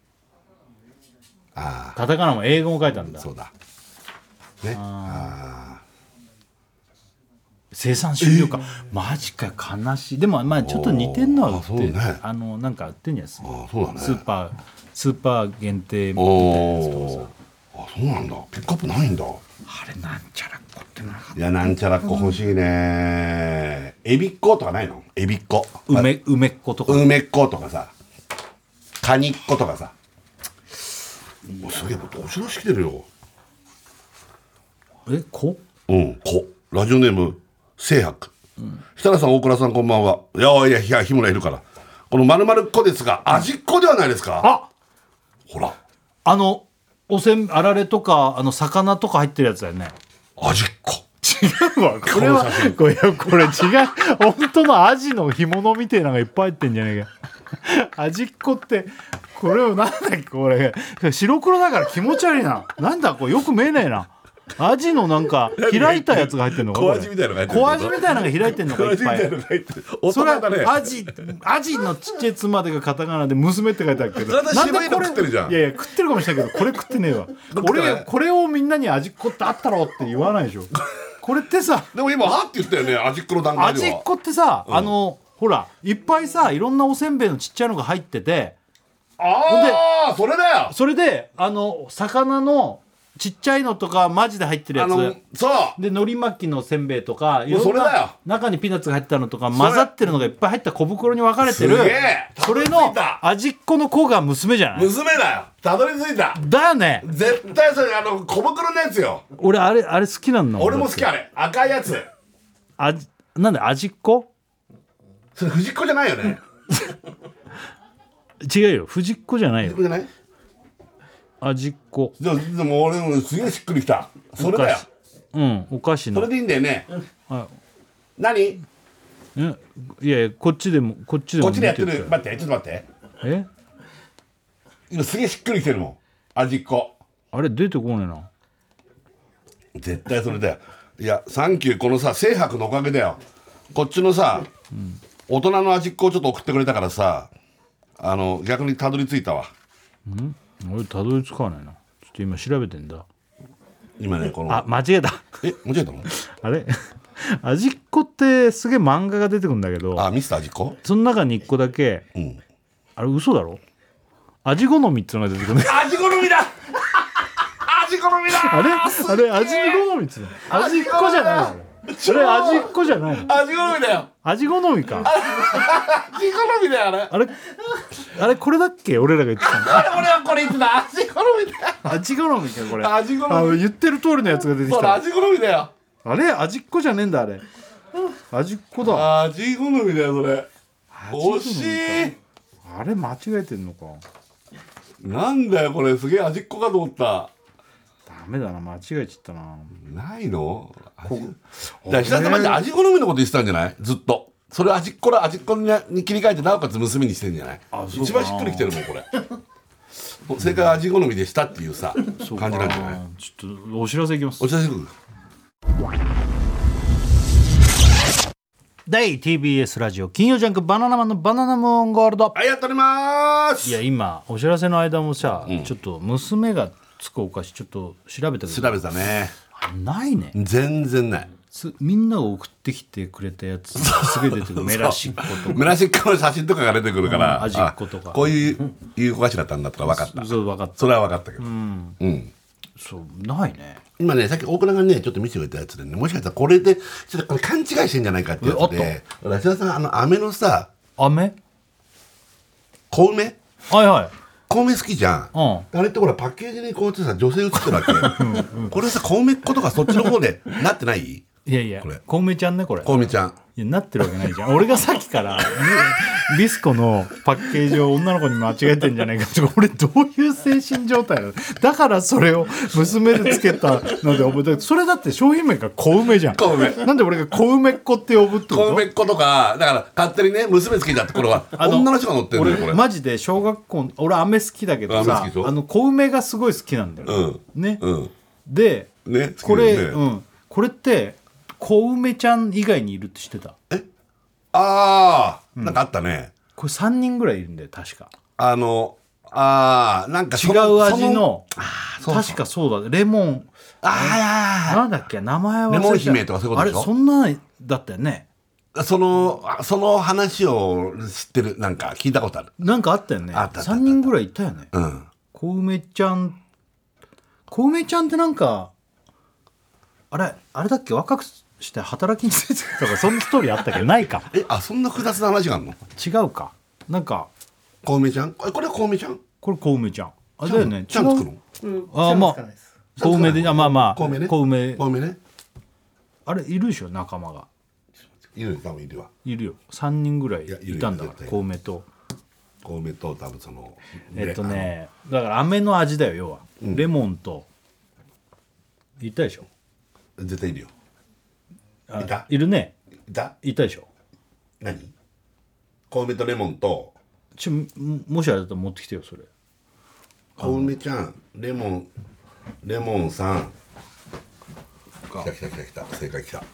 カタカナも英語も書いてあるんだそうだね生産終了かマジか悲しいでもまあちょっと似てんのは売ってるなんか売ってんじゃないですかそうだねスーパー限定みたいなやつとかさそうなんだピックアップないんだあれなんちゃらっこってなかったいやなんちゃらっこ欲しいねエビっ子とかないのエビっ子梅っ子とか梅っ子とかさカニっ子とかさすげえお知らせ来てるよ子ラジオネーム清白設楽さん大倉さんこんばんはいや日村いるからこの〇〇っ子ですが味っ子ではないですかほらあられとか魚とか入ってるやつだよね味っ子違うわこれ違う本当のアジの干物みたいなのがいっぱい入ってんじゃねえか味っ子ってこれをなんだっけこれ白黒だから気持ち悪いななんだこれよく見えないなアジのなんか開いたやつが入ってんのか小アジみたいなのが入ってる小アジみたいなのが開いてんのかいっぱいそれはアジのちっちゃいつまでがカタカナで娘って書いてあるけどなんでこれ食ってるじゃんいや食ってるかもしれないけどこれ食ってねえわこれをみんなに味っ子ってあったろって言わないでしょこれってさでも今って言ったよね味っ子の段階では味っ子ってさほらいっぱいさいろんなおせんべいのちっちゃいのが入っててそれだよそれで魚のちっちゃいのとかマジで入ってるやつそうで海苔巻きのせんべいとかいろそんなれだよ中にピーナッツが入ったのとか混ざってるのがいっぱい入った小袋に分かれてるすげえそれの味っ子の子が娘じゃない娘だよたどり着いただよね絶対それ小袋のやつよ俺あれ好きなんだもん俺も好きあれ赤いやつなんで味っ子それ藤子じゃないよね違うよ藤子じゃないよ藤子じゃない味っ子でも俺もすげえしっくりきたそれだよお菓子のそれでいいんだよね何いやこっちでもこっちでやってる待ってちょっと待って今すげえしっくりきてるもん味っ子あれ出てこねえな絶対それだよいやサンキューこのさ清白のおかげだよこっちのさ、大人の味っ子をちょっと送ってくれたからさ逆にたどり着いたわ俺たどり着かないなちょっと今調べてんだ今ねこの間違えた間違えたのあれ味っ子ってすげえ漫画が出てくるんだけどミスター味っ子その中に1個だけ、あれ嘘だろ味好みってのが出てくる味好みだ味好みだあれ味好みっつうの味っ子じゃないのそれ味っ子じゃないの味好みだよ味好みか味好みだよあれこれだっけ俺らが言ってたの俺はこれ言ってた味好みだよ味好みかこれ味好み言ってる通りのやつが出てきた味好みだよあれ味っ子じゃねえんだあれ味っ子だ味好みだよそれ惜しいあれ間違えてんのかなんだよこれすげえ味っ子かと思ったダメだな間違えちゃったなないのだから久田さんマジで味好みのこと言ってたんじゃないずっとそれ味っ子に切り替えてなおかつ娘にしてんじゃない一番しっくりきてるもんこれ正解は味好みでしたっていうさ感じなんじゃないちょっとお知らせいきますお知らせくる第 TBS ラジオ金曜ジャンクバナナマンのバナナムーンゴールドやっておりますいや今お知らせの間もさ、ちょっと娘がつくお菓子ちょっと調べたけど調べたね。 ないね。 全然ない。 みんなが送ってきてくれたやつすげえ出てくる。メラシッコとかメラシッコの写真とかが出てくるから、 味っ子とかこういうお菓子だったんだったら分かった。 そう分かった。 それは分かったけど、 そうないね。 今ねさっき大倉がねちょっと見せてくれたやつでね、もしかしたらこれでちょっとこれ勘違いしてんじゃないかってやつで、ラシダさん飴のさ飴小梅はいはい小梅好きじゃん、あれってほらパッケージにこうやってさ女性映ってるわけこれさ小梅っ子とかそっちの方でなってない？ いやいやこれ小梅ちゃんねこれ。 小梅ちゃんいやなってるわけないじゃん。俺がさっきからビスコのパッケージを女の子に間違えてんじゃないかとか、俺どういう精神状態なの？だからそれを娘でつけたので覚えてる。それだって商品名が小梅じゃん。 小梅なんで俺が小梅っ子って呼ぶってこと？ 小梅っ子とかだから勝手にね娘つけたところは女の人が乗ってるんだよこれ。 俺マジで小学校俺飴好きだけどさ、小梅がすごい好きなんだよ、ね、で、 ね、 これ、これって小梅ちゃん以外にいるって知ってた？ なんかあったね。 これ3人ぐらいいるんだよ確か。 なんか違う味の確かそうだレモンなんだっけ名前はレモン姫とかそういうことでしょ？ あれそんなだったよね。 その話を知ってる、なんか聞いたことある。 なんかあったよね。3人ぐらいいたよね。小梅ちゃんってなんかあれだっけ若くして働きについてとかそんなストーリーあったけどないか。 そんな複雑な話があるの？ 違うか。なんか小梅ちゃんこれは小梅ちゃん？ これ小梅ちゃんだよね。 ちゃんつくの？ まあ小梅でまあ小梅ね。 小梅ね。 あれいるでしょ仲間が。 いる多分いるわ。 いるよ3人ぐらいいたんだから小梅と多分そのだから飴の味だよ要は、レモンといたでしょ。 絶対いるよ。いた？ いるね。 いたでしょ。 何？小梅とレモンともしあれだったら持ってきてよそれ。 小梅ちゃんレモンさん来た正解来た。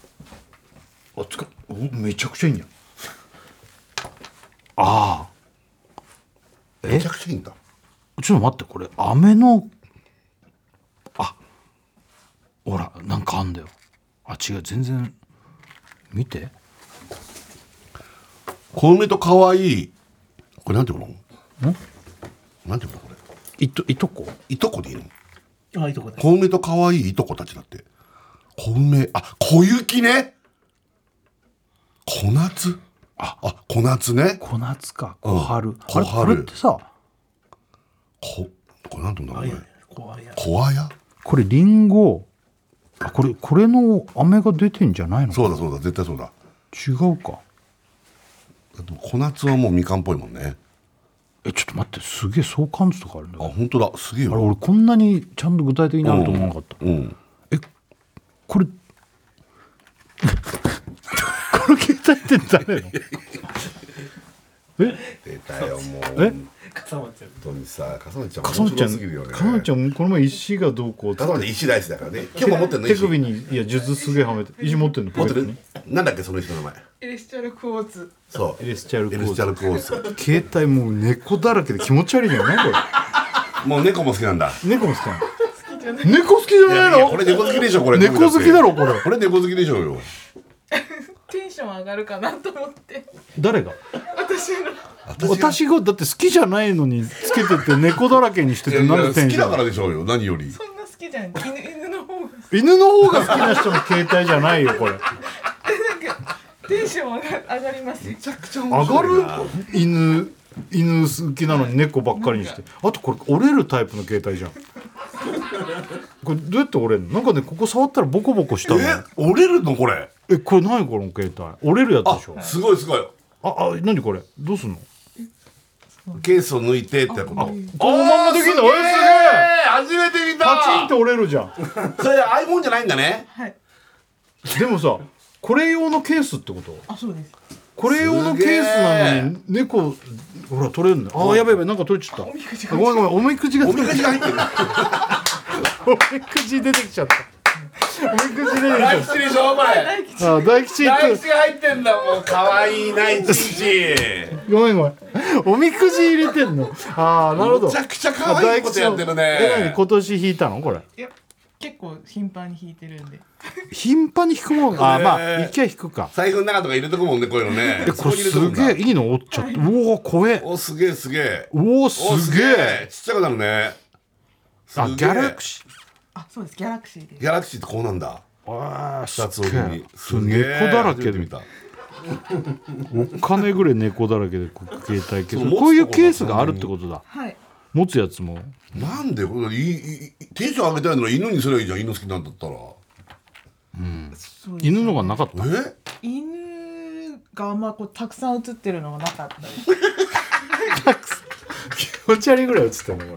めちゃくちゃいいんじゃん。 めちゃくちゃいいんだ。 ちょっと待ってこれ飴のほらなんかあんだよ。違う全然見て。 小梅と可愛いこれなんていうの？なんていうのこれ？ いとこでいいの？いとこだ。 小梅と可愛いいとこたちだって。小梅小雪ね。小夏小夏ね。 小夏か小春、 これってさこれなんていうんだろうね。 小綾。 これリンゴこれの飴が出てんじゃないの？ そうだ絶対そうだ。 違うか。 小夏はもうみかんっぽいもんね。 ちょっと待ってすげえ相関図とかあるんだよ。 本当だすげえよ。 俺こんなにちゃんと具体的にあると思わなかった。これこの携帯って誰の？ 出たよもう。 笠松ちゃん。 本当にさ笠松ちゃん面白すぎるよね。 笠松ちゃんこの前石がどうこうって笠松石大好きだからね。今日も持ってんの？ 手首に数珠すげえはめて石持ってんの？ 持ってる？なんだっけその人の名前？ エレスチャルクォーツ。 そうエレスチャルクォーツ。 携帯もう猫だらけで気持ち悪いじゃないこれ。 もう猫も好きなんだ。 猫も好きなの？猫好きじゃないの？ これ猫好きでしょこれ。 猫好きだろこれ。 これ猫好きでしょうよ。 テンション上がるかなと思って。 誰が？ 私がだって好きじゃないのにつけてて猫だらけにしててなんでテンション？ 好きだからでしょうよ何より。 そんな好きじゃん。犬の方が。 犬の方が好きな人の携帯じゃないよこれ。 なんかテンション上がります。 めちゃくちゃ面白いな。 上がる？犬好きなのに猫ばっかりにして。あとこれ折れるタイプの携帯じゃん。これどうやって折れるの？なんかねここ触ったらボコボコしたの。 折れるのこれ？ これ何この携帯？折れるやつでしょ？ すごい。 何これ？どうすんの？ ケースを抜いてってこと。このままできんの？すげえ！ 初めて見た。 パチンって折れるじゃん。 それ iPhone じゃないんだね。 はい。 でもさこれ用のケースってこと？ そうです。 これ用のケースなのに猫ほら取れるんだよ。やべなんか取れちゃった。ごめんおみくじが入ってる。おみくじ出てきちゃった。おみくじ出てきちゃった。 大吉でしょお前。 大吉が入ってんだもう可愛いな一日。 ごめんおみくじ入れてんの。ああ、なるほど。 めちゃくちゃ可愛いことやってるね。 何今年引いたのこれ。 いや結構頻繁に弾いてるんで。 頻繁に引くもん。ああ、まあ一回引くか。 財布の中とか入れとくもんね、こういうのね。 これすげえいいの折っちゃって。うお怖え。 おすげえすげえ。 おおすげえ。 ちっちゃくなるね。 あ、ギャラクシー。 あ、そうです、ギャラクシーです。 ギャラクシーってこうなんだ。 ああ、 二つ折りに。すげえ。 猫だらけで初めて見た。 お金ぐらい猫だらけで携帯ケース。 そうこういうケースがあるってことだ。 はい。 持つやつも。 なんでこれテンション上げたいなら犬にすればいいじゃん、犬好きなんだったら。 そうです犬のがなかった。 犬があんまこうたくさん写ってるのがなかったです。 気持ち悪いぐらい映ってんのこ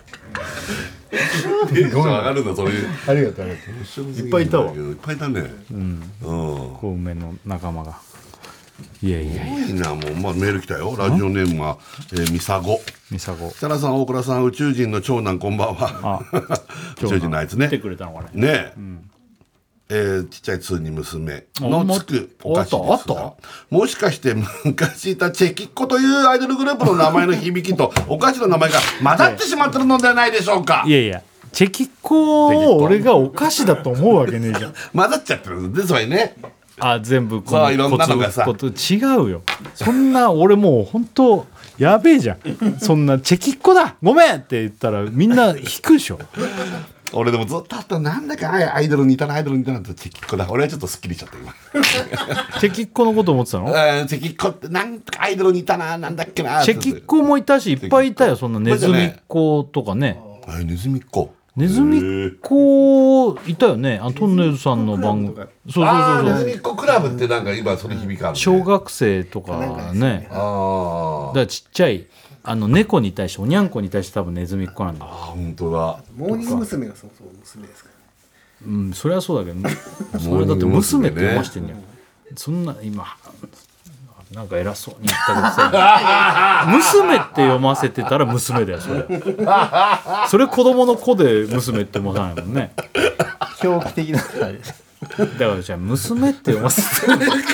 れ。 テンション上がるんだ、そういう。 ありがとうありがとう。いっぱいいたわ。 いっぱいいたね。 小梅の仲間が。いやいやいや。 いいな、もう、まあ、メール来たよ。ラジオネームは、ミサゴ。 ミサゴ。 設楽さん、大倉さん、宇宙人の長男、こんばんは。宇宙人のあいつね。 来てくれたのかね。 ねえ。ちっちゃい通に娘のつくお菓子あったですが、もしかして昔いたチェキッコというアイドルグループの名前の響きとお菓子の名前が混ざってしまってるのではないでしょうか。 いやいや。チェキッコを俺がお菓子だと思うわけねえじゃん。 混ざっちゃってるんですわね。 あ、全部そういろんなのがさこと違うよ。そんな俺もう本当やべえじゃん。そんなチェキッコだごめんって言ったらみんな引くでしょ。 俺でもずっとあったなんだかアイドルにいたなってチェキッコだ。俺はちょっとスッキリしちゃった今。 チェキッコのこと思ってたの？ チェキッコってなんかアイドルにいたな、なんだっけな。 チェキッコもいたしいっぱいいたよ。そんなネズミっ子とかね。 ネズミっ子。 ネズミっ子いたよね。トンネルズさんの番組。そうネズミっ子クラブってなんか今それ響かあるね。 小学生とかね。だからちっちゃい猫に対しておにゃんこに対して多分ネズミっ子なんだ。 本当だ。 モーニング娘。がそもそも娘ですから。 うん、それはそうだけど、それだって娘って読ましてんねん。そんな今なんか偉そうに言ったけどさ、娘って読ませてたら娘だよそれ。それ子供の子で娘って読まさないもんね。 狂気的なあれです。 だからじゃあ娘って読ませて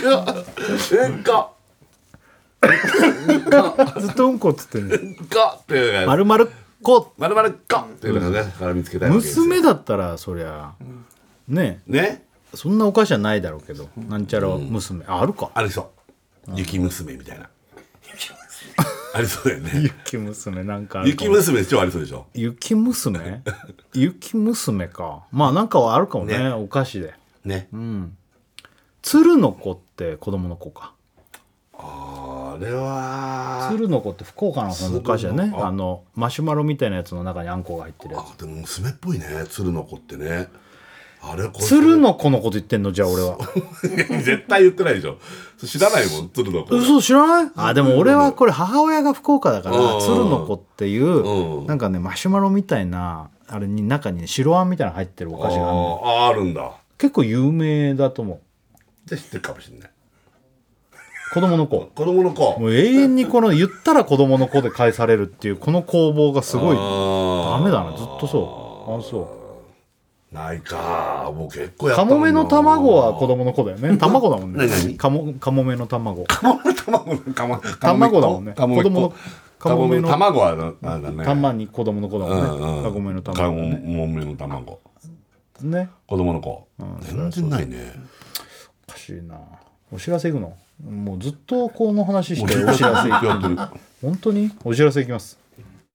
ずっとうんこっつってんねん。まるまる子まるまるっこっていうのがね、絡みつけたいわけですよ。 娘だったらそりゃねそんなお菓子はないだろうけど、なんちゃら娘あるか。 ありそう。雪娘みたいな。ありそうだよね。 雪娘なんかあるかも。 雪娘超ありそうでしょ。 雪娘雪娘か。まあなんかはあるかもね、お菓子で。 ね。 鶴の子って子供の子か。 あれは鶴の子って福岡の方のお菓子だね。マシュマロみたいなやつの中にあんこが入ってるやつ。 でも娘っぽいね、鶴の子ってね。あれ鶴の子のこと言ってんのじゃあ俺は。 絶対言ってないでしょ。知らないもん、鶴の子。 嘘知らない？でも俺はこれ母親が福岡だから鶴の子っていうなんかねマシュマロみたいなあれに中にね白あんみたいなの入ってるお菓子があるの。 あるんだ。 結構有名だと思う。 じゃ知ってるかもしれない。 子供の子。 子供の子。 もう永遠にこの言ったら子供の子で返されるっていうこの攻防がすごいダメだな。ずっとそう。そう。 ないか。もう結構やったカモメの卵は子供の子だよね。卵だもんね。 何カモメの卵。 卵だもんね。子供のカモメの卵はなんだね。 玉に子供の子だもんね。カモメの卵。 カモメの卵。 ね。 子供の子。全然ないね。 おかしいな。お知らせいくの？もうずっとこの話してお知らせいく。本当にお知らせいきます。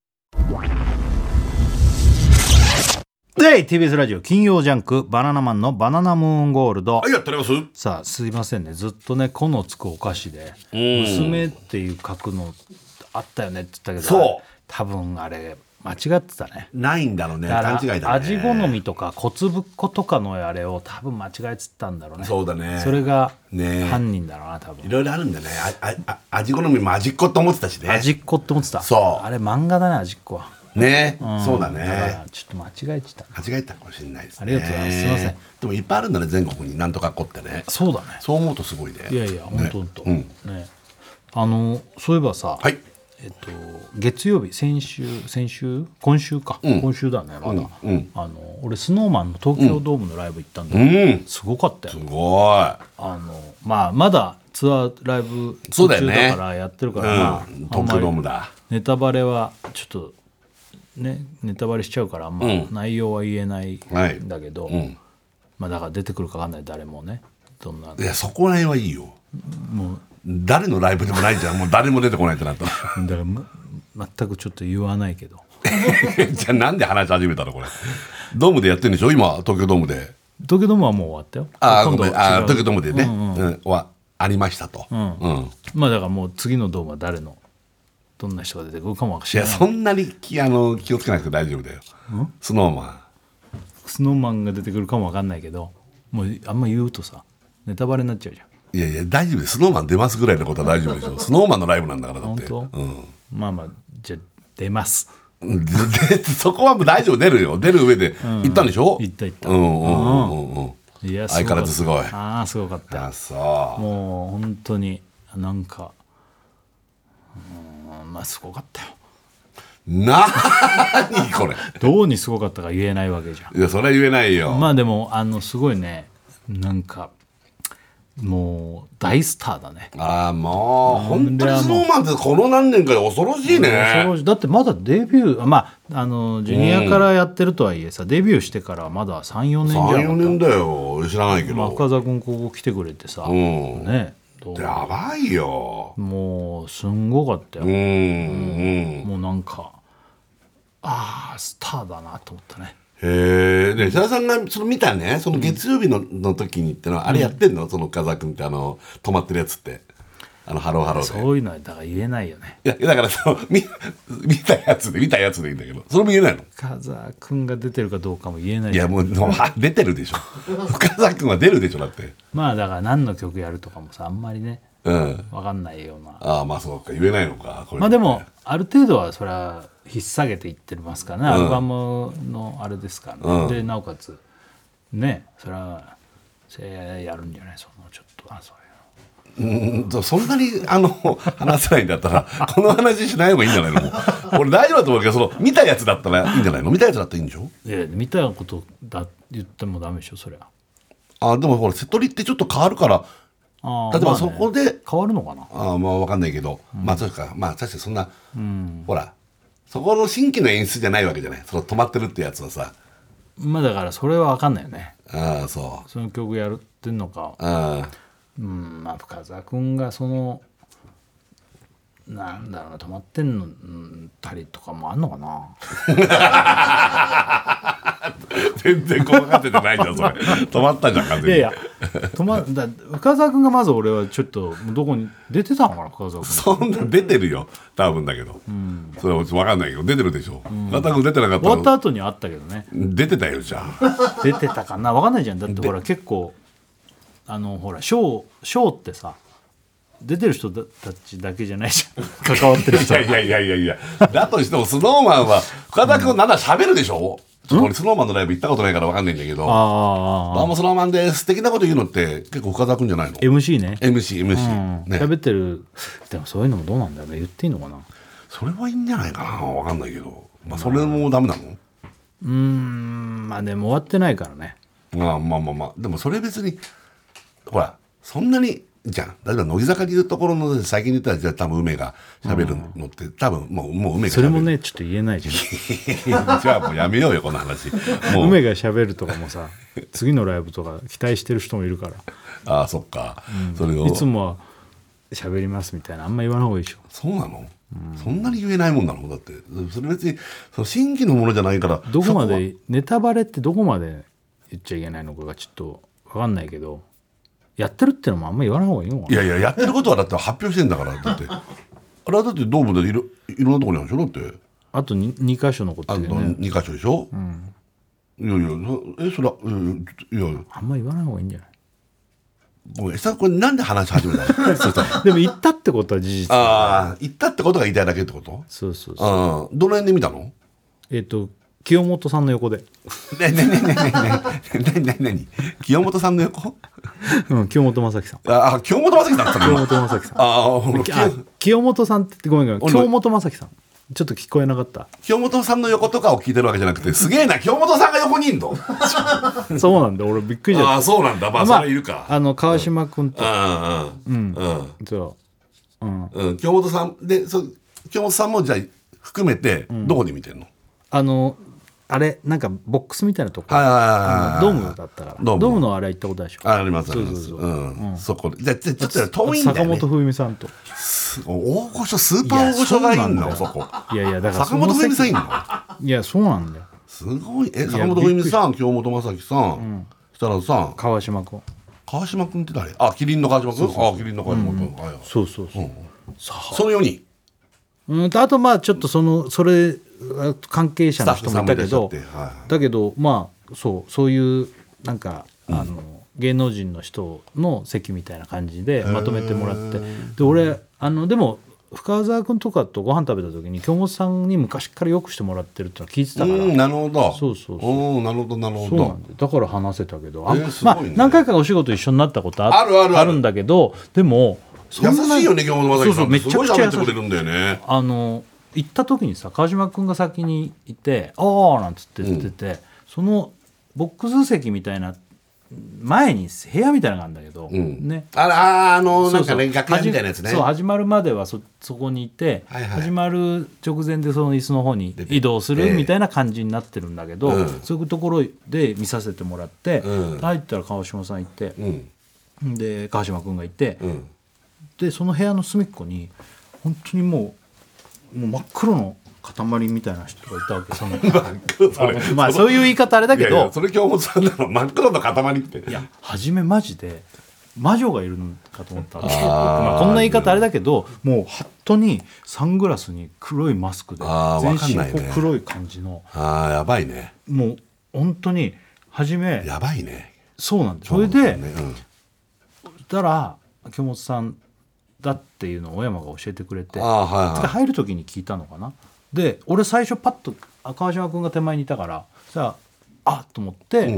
で TBS ラジオ金曜ジャンクバナナマンのバナナムーンゴールド。 はい、やっております。 さあすいませんね、ずっとね「こ」のつくお菓子で娘っていう書くのあったよねって言ったけど、 そう多分あれ間違ってたね。 ないんだろうね。 だから勘違いだね。 味好みとか小粒っ子とかのあれを多分間違えてたんだろうね。 そうだね。 それがね犯人だろうな多分。 いろいろあるんだね。味好みも味っ子と思ってたしね。 味っ子って思ってた。 そうあれ漫画だね味っ子は。 ね、そうだだかね。 らちょっと間違えてた。 間違えたかもしれないですね。 ありがとうございます。すいません。 でもいっぱいあるんだね、全国になんとか子ってね。 そうだね。 そう思うとすごいね。 いやいや本当本当。 うんね。そういえばさ。 はい。 月曜日今週か、今週だねまだ、俺スノーマンの東京ドームのライブ行ったんだけど、すごかったよ。 すごい。 まだツアーライブそうだよねだからやってるから、まあ東京ドームだ。 ネタバレはちょっとねネタバレしちゃうからあんま内容は言えないんだけど、まあだから出てくるか分かんない誰もねどんな。 いやそこら辺はいいよ。 もう誰のライブでもないじゃん。もう誰も出てこないってなったらだから、全くちょっと言わないけどじゃあなんで話し始めたのこれ。ドームでやってるんでしょ今東京ドームで。 東京ドームはもう終わったよ。 ごめん東京ドームでね、はありましたと、 まあだからもう次のドームは誰のどんな人が出てくるかも知いらない。 やそんなに気をつけなくて大丈夫だよ。スノーマンスノーマンが出てくるかも分かんないけどもうあんま言うとさネタバレになっちゃうじゃん。 いやいや大丈夫です。スノーマン出ますぐらいのことは大丈夫でしょ。スノーマンのライブなんだからだって。 本当、まあまあじゃあ出ます。 でそこはもう大丈夫出るよ。出る上で行ったんでしょ。 行った。いや相変わらずすごい。 ああすごかった。 あそうもう本当になんかまあすごかったよ。 なにこれ。 どうにすごかったか言えないわけじゃん。 いやそれは言えないよ。 まあでもすごいねなんかもう大スターだね。 ああもう本当にスノーマンってこの何年かで恐ろしいね。 恐ろしい。だってまだデビューまあジュニアからやってるとはいえさデビューしてからまだ 3,4 年じゃん。 3,4 年だよ。知らないけど、 まあ、深澤君ここ来てくれてさ、ねやばいよ。 もうすんごかったよ。もうなんかスターだなと思ったね。 へえ。で設楽さんがその見たねその月曜日の時にってのはあれやってんの、その深澤君って止まってるやつってハローハローで。 そういうのはだから言えないよね。 いやだから見たやつでいいんだけどそれも言えないの。 深澤君が出てるかどうかも言えない。 いやもう出てるでしょ深澤君は出るでしょだって。 まあだから何の曲やるとかもさあんまりね分かんないような。 まあそうか言えないのかこれ。 まあでもある程度はそれは引っ提げていってますからね、アルバムのあれですからね、でなおかつねそれはやるんじゃないそのちょっとそういうのそんなに話せないんだったらこの話しない方がいいんじゃないの。俺大丈夫だと思うけどその見たやつだったらいいんじゃないの。見たやつだったらいいんでしょ。 いや見たことだ言ってもダメでしょそりゃ。 でもほら瀬戸利ってちょっと変わるから例えばそこで、 変わるのかな。 まあ分かんないけど、まあそうかまあ確かにそんな、ほらそこの新規の演出じゃないわけじゃないその止まってるってやつはさ。 まあだからそれは分かんないよね。 その曲やるってんのか。まあ深澤君がなんだろうな止まってんのたりとかもあんのかな。 全然細かっててないじゃんそれ。止まったじゃん完全に。 いや深澤君がまず俺はちょっとどこに出てたのかな深澤君。 そんな出てるよ多分だけど、それは分かんないけど出てるでしょ。深澤君出てなかったら終わった後にあったけどね。 出てたよじゃあ。 出てたかな分かんないじゃん。だってほら結構ほらショーってさ出てる人たちだけじゃないじゃん関わってる人。 いやだとしてもスノーマンは深田君なんだ喋るでしょ。俺スノーマンのライブ行ったことないから分かんないんだけど、どうもスノーマンです素敵なこと言うのって結構深田君じゃないの。 MC ね MC ね喋ってる。でもそういうのもどうなんだよね言っていいのかな。 それはいいんじゃないかな分かんないけど、まあそれもダメなの。 まあでも終わってないからね。 まあでもそれ別にほらそんなにじゃん。例えば乃木坂でいうところの最近で言ったらじゃあ多分梅が喋るのって多分もう梅が喋る。 それもねちょっと言えないじゃん。 じゃあもうやめようよこの話。もう梅が喋るとかもさ次のライブとか期待してる人もいるから。 そっか、それをいつもは喋りますみたいなあんま言わない方がいいでしょ。 そうなの、そんなに言えないもんなの。だってそれ別にその新規のものじゃないから。 どこまでネタバレってどこまで言っちゃいけないのかがちょっと分かんないけどやってるってのもあんま言わない方がいいのかな。 いややってることはだって発表してんだからだってあれはだってドームでいろんなところにあるでしょ。だってあと 2箇所残ってるよね。 2箇所でしょ。いやそらあんま言わない方がいいんじゃない。 ごめんこれなんで話し始めたの。 でも行ったってことは事実。 行ったってことが言いたいだけってこと。 そう。 どの辺で見たの。 清本さんの横で。 何清本さんの横。 清本正樹さん。 清本正樹さん。 清本正樹さん。清本さんってごめん京本正樹さん。 ちょっと聞こえなかった。 京本さんの横とかを聞いてるわけじゃなくて、すげえな、京本さんが横にいんの。 そうなんだ、俺びっくりしちゃった。 ああ、そうなんだ。まあ、それいるか。 川島君と、 そう 、 京本さんで、京本さんもじゃあ含めてどこで見てんの？ あれなんかボックスみたいなとこ、 はいドームだったから、ドームのあれ行ったことあるでしょ。 ありますあります。そこでじゃあちょっと遠いんだよね。 坂本冬美さんと大御所、スーパー大御所がいんのそこ。 いやだから坂本冬美さんいんの？ いやそうなんだよ。 すごい。坂本冬美さん、京本政樹さん、設楽さん、 川島君って誰？あ、キリンの川島君。あ、キリンの川島君。 そうその4人。 あとまあちょっとそれ関係者の人もいたけど、だけどまあそういうなんか芸能人の人の席みたいな感じでまとめてもらって、で俺でも深澤君とかとご飯食べた時に京本さんに昔からよくしてもらってるっての聞いてたから。 なるほど。 そうなるほどそうなんだから話せたけど、まあ何回かお仕事一緒になったことあるんだけど、でも優しいよね、京本政樹さん。 めちゃくちゃ優しい。 すごい喋ってくれるんだよね。 行った時にさ、川島君が先にいて「ああ」なんつって言ってて、そのボックス席みたいな前に部屋みたいなのがあるんだけど、ね、 なんかね、楽屋みたいなやつね。 そう、始まるまではそこにいて、始まる直前でその椅子の方に移動するみたいな感じになってるんだけど、そういうところで見させてもらって、入ったら川島さんいて、で川島君がいて、でその部屋の隅っこに本当にもう真っ黒の塊みたいな人がいたわけ。まあそういう言い方あれだけど、 いやそれ京本さんなの。真っ黒の塊って。 いや初めマジで魔女がいるのかと思ったんですけど、まあこんな言い方あれだけど、もうハットにサングラスに黒いマスクで全身こう黒い感じの、 やばいね。 もう本当に初めやばいね。 そうなんです。それでそしたら京本さんだっていうのを小山が教えてくれて、入る時に聞いたのかな。で俺最初パッと川島君が手前にいたからさあっと思って、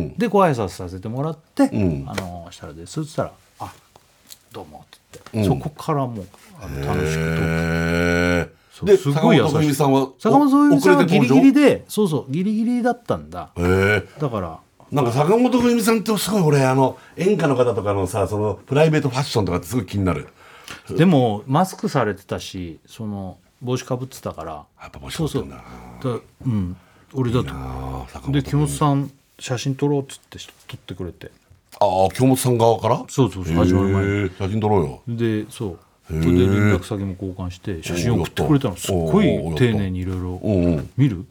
でご挨拶させてもらって、したらですっつったら「あどうも」って言って、そこからもう楽しくで、すごい優しい。坂本冬美さんはギリギリで、ギリギリだったんだ。だからなんか坂本冬美さんってすごい俺演歌の方とかのさ、そのプライベートファッションとかってすごい気になる。 でもマスクされてたし、その帽子かぶってたから、 やっぱ帽子かぶってんだ。 俺だとで京本さん写真撮ろうっつって撮ってくれて、 京本さん側から、 そう始まる前に写真撮ろうよで、それで連絡先も交換して写真送ってくれたの。すっごい丁寧にいろいろ見る。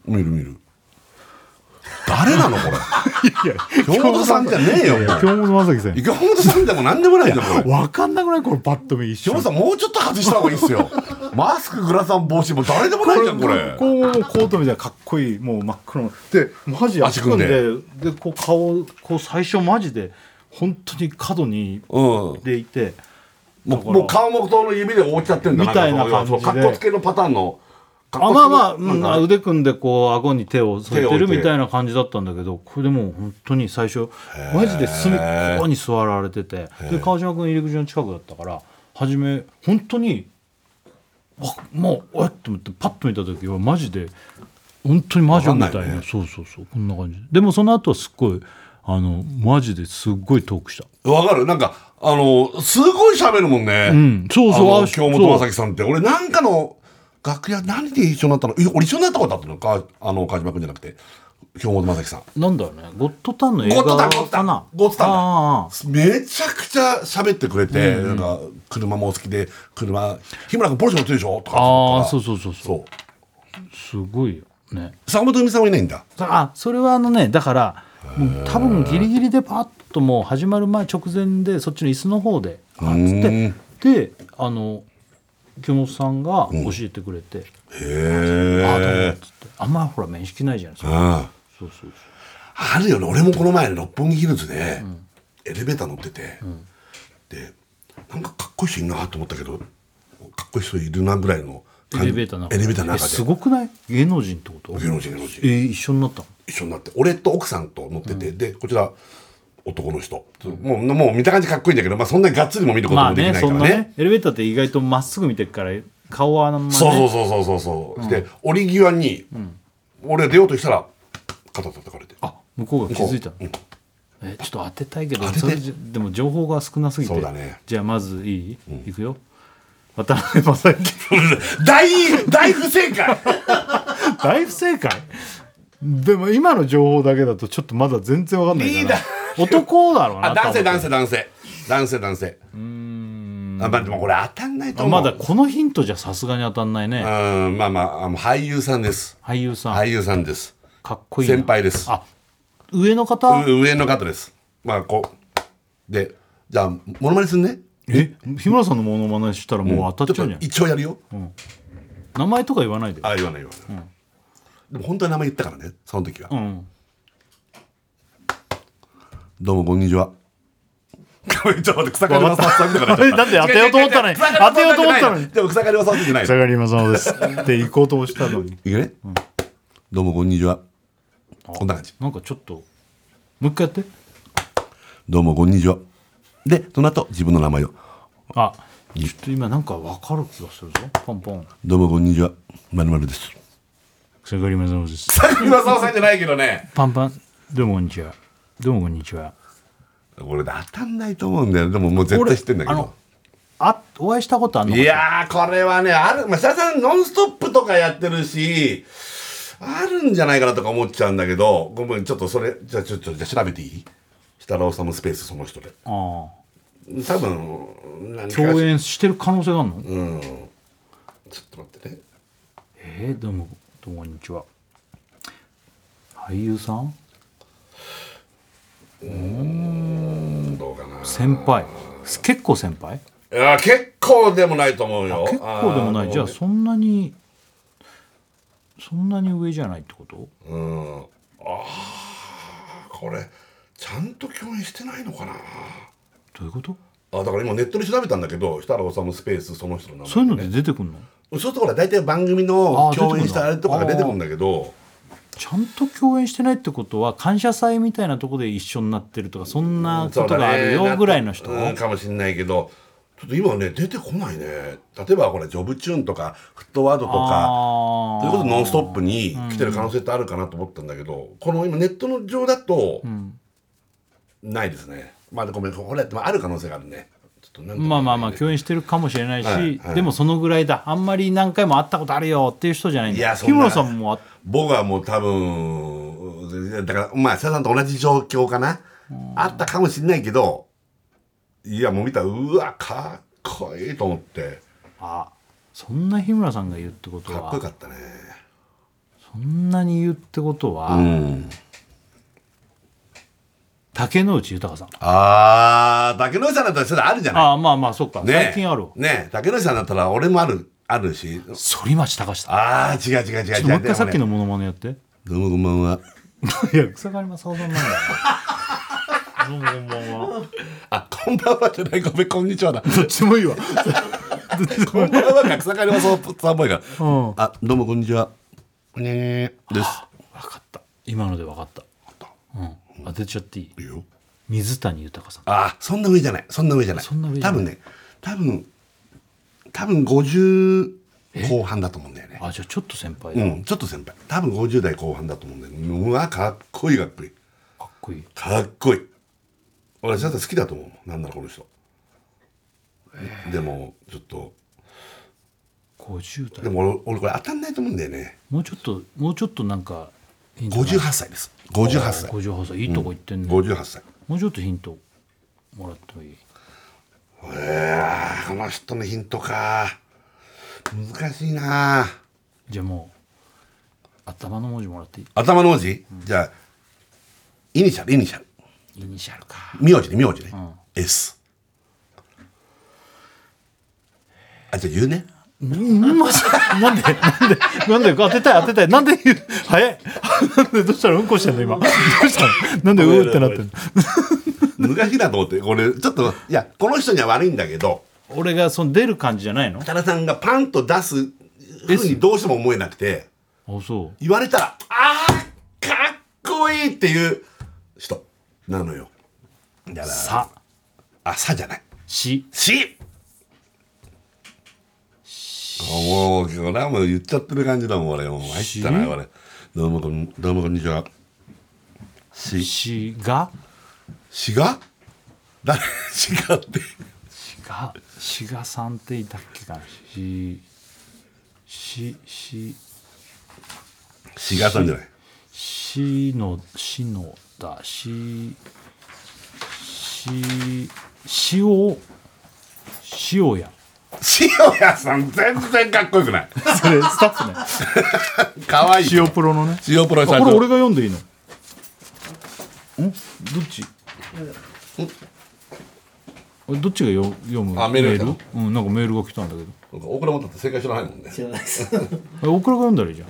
誰なのこれ。京本さんじゃねえよ。 京本政樹さん。 京本さんでもなんでもないじゃんこれ。 分かんなくないこれパッと見。 京本さんもうちょっと外した方がいいっすよ。マスク、グラサン、帽子も誰でもないじゃんこれ。 こうコートみたいなかっこいい、もう真っ黒でマジ足組んで、こう顔こう最初マジで本当に角にでいて、 もう顔元の指で覆っちゃってるんだみたいな感じで、 かっこつけのパターンの。 腕組んでこう顎に手を添えてるみたいな感じだったんだけど、これでもう本当に最初マジで隅っこに座られてて、で川島君入り口の近くだったから、初め本当にもうおっと思ってパッと見た時はマジで本当に魔女みたいな、そうこんな感じで。もその後はすっごいマジですっごいトークした。 わかる。なんかすごい喋るもんね。京本政樹さんって。俺なんかの楽屋何で一緒になったの？俺一緒になったことあったのか、川島君じゃなくて京本政樹さん。 なんだろうね、ゴッドタンの映画かな。 ゴッドタンめちゃくちゃ喋ってくれて、なんか車も好きで、日村君ポルシェ乗ってるでしょとか。そうすごいよね。 坂本冬美さんはいないんだ。 それはだからもう多分ギリギリでパッともう始まる前直前でそっちの椅子の方でつってで京本さんが教えてくれて、どうもっつって、あんまほら面識ないじゃないですか。そうあるよね。俺もこの前六本木ヒルズでエレベーター乗ってて、でなんかかっこいい人いるなと思ったけど、かっこいい人いるなぐらいのエレベーターの中で。 すごくない？芸能人ってこと？ 芸能人一緒になったの？ 一緒になって、俺と奥さんと乗ってて、でこちら男の人、もう見た感じかっこいいんだけど、そんなにがっつりも見ることもできないからね。 エレベーターって意外とまっすぐ見てるから顔はねそうで折り際に、俺が出ようとしたら肩叩かれて、 あ向こうが気づいたの、ちょっと当てたいけどそれでも情報が少なすぎて。 そうだね。 じゃあまずいい、いくよ。渡辺正行大不正解大不正解。でも今の情報だけだとちょっとまだ全然わかんないから。 リーダー男だろうな。 男性まあでもこれ当たんないと思う。 まだこのヒントじゃさすがに当たんないね。 まあ俳優さんです。 俳優さんです。かっこいいな。 先輩です。 あ上の方。 上の方です。まあこうでじゃあモノマネすんね。 日村さんのモノマネしたらもう当たっちゃうんじゃない。 一応やるよ。 名前とか言わないで。 言わない。でも本当に名前言ったからねその時は。どうもこんにちは。ちょっと待って草刈正雄さんみたいな。 なんで当てようと思ったのに。当てようと思ったのに。 でも草刈正雄じゃない。 草刈正雄ですって行こうとしたのに。 いけね。どうもこんにちは。こんな感じ。 なんかちょっともう一回やって。 どうもこんにちは。でその後自分の名前を。 ちょっと今なんか分かる気がするぞ。ポンポン。 どうもこんにちは。まるまるです。 草刈正雄です。 草刈正雄さんじゃないけどね。 パンパン。どうもこんにちは。どうもこんにちは。 これで当たんないと思うんだよ。でももう絶対知ってんだけど。 お会いしたことあるの？ いやーこれはねある。設楽さんノンストップとかやってるしあるんじゃないかなとか思っちゃうんだけど、ごめんちょっとそれじゃあ調べていい？設楽治スペースその人で。多分共演してる可能性があるの？ ちょっと待ってね。どうもこんにちは。俳優さん？ どうかな。 先輩。結構先輩？ いや結構でもないと思うよ。 結構でもない。じゃあそんなに上じゃないってこと？ これちゃんと共演してないのかな。 どういうこと？ だから今ネットで調べたんだけど設楽治スペースその人の名前、ね、 そういうので出てくるの？ そうするとほら大体番組の共演したあれとかが出てくるんだけど、 ちゃんと共演してないってことは感謝祭みたいなところで一緒になってるとかそんなことがあるよぐらいの人、 かもしれないけどちょっと今ね出てこないね。例えばこれジョブチューンとかフットワードとかということでノンストップに来てる可能性ってあるかなと思ったんだけど、この今ネットの上だとないですね。まあごめんこれある可能性があるね。 まあ共演してるかもしれないし、でもそのぐらいだ。あんまり何回も会ったことあるよっていう人じゃないんだ。 いや日村さんも僕はもう多分だから設楽さんと同じ状況かな。あったかもしれないけど、いやもう見たらうわかっこいいと思って。 そんな日村さんが言うってことはかっこよかったね。 そんなに言うってことは、竹野内豊さん。 竹野内さんだったらそれあるじゃない。 まあそっか、最近あるね。竹野内さんだったら俺もあるし。 反町隆史さん。 違う。 もう一回さっきのモノマネやって。 どうもこんばんは。 いや草刈正雄さんなんだよ。どうもこんばんは。 こんばんはじゃない。ごめんこんにちはだ。 どっちもいいわ。 こんばんはが草刈正雄さんっぽいから。どうもこんにちは。です。 分かった。今ので分かった。当てちゃっていい？いいよ。水谷豊さん。 そんな上じゃない。多分ね多分50後半だと思うんだよね。 じゃあちょっと先輩だ。 ちょっと先輩。多分50代後半だと思うんだよね。うわかっこいい。俺ちょっと好きだと思う。なんだろこの人。でもちょっと 50代。 でも俺これ当たんないと思うんだよね。 もうちょっとなんか 58歳です。 58歳いいとこ行ってんね。 58歳。 もうちょっとヒントもらってもいい？ この人のヒントか難しいな。 じゃあもう頭の文字もらっていい？ 頭の文字、じゃあイニシャルか。 名字ね、S。 じゃあ言うね。 なんで当てたい。なんで言う早い。なんでどうしたらうんこしてんの今。どうしたの？なんでってなってんの？ 難しいなと思って。これちょっといやこの人には悪いんだけど、 俺がその出る感じじゃないの？ 設楽さんがパンと出すふうにどうしても思えなくて、 そう言われたらかっこいいっていう人なのよ。だからさじゃない。しもうこれはもう言っちゃってる感じだもん俺もう入ったな俺。どうもこんにちは。 しがしが誰しがってしがさんっていたっけかな。しがさんじゃない。 しのだ塩や塩谷さん全然かっこよくない。 それスタッフね。 かわいい。 塩プロのね。 塩プロ社長。 これ俺が読んでいいの？どっち？どっちが読む？ あ、メール？ うん、なんかメールが来たんだけど。 大倉もだって正解知らないもんね。 知らないです大倉が読んだらいいじゃん。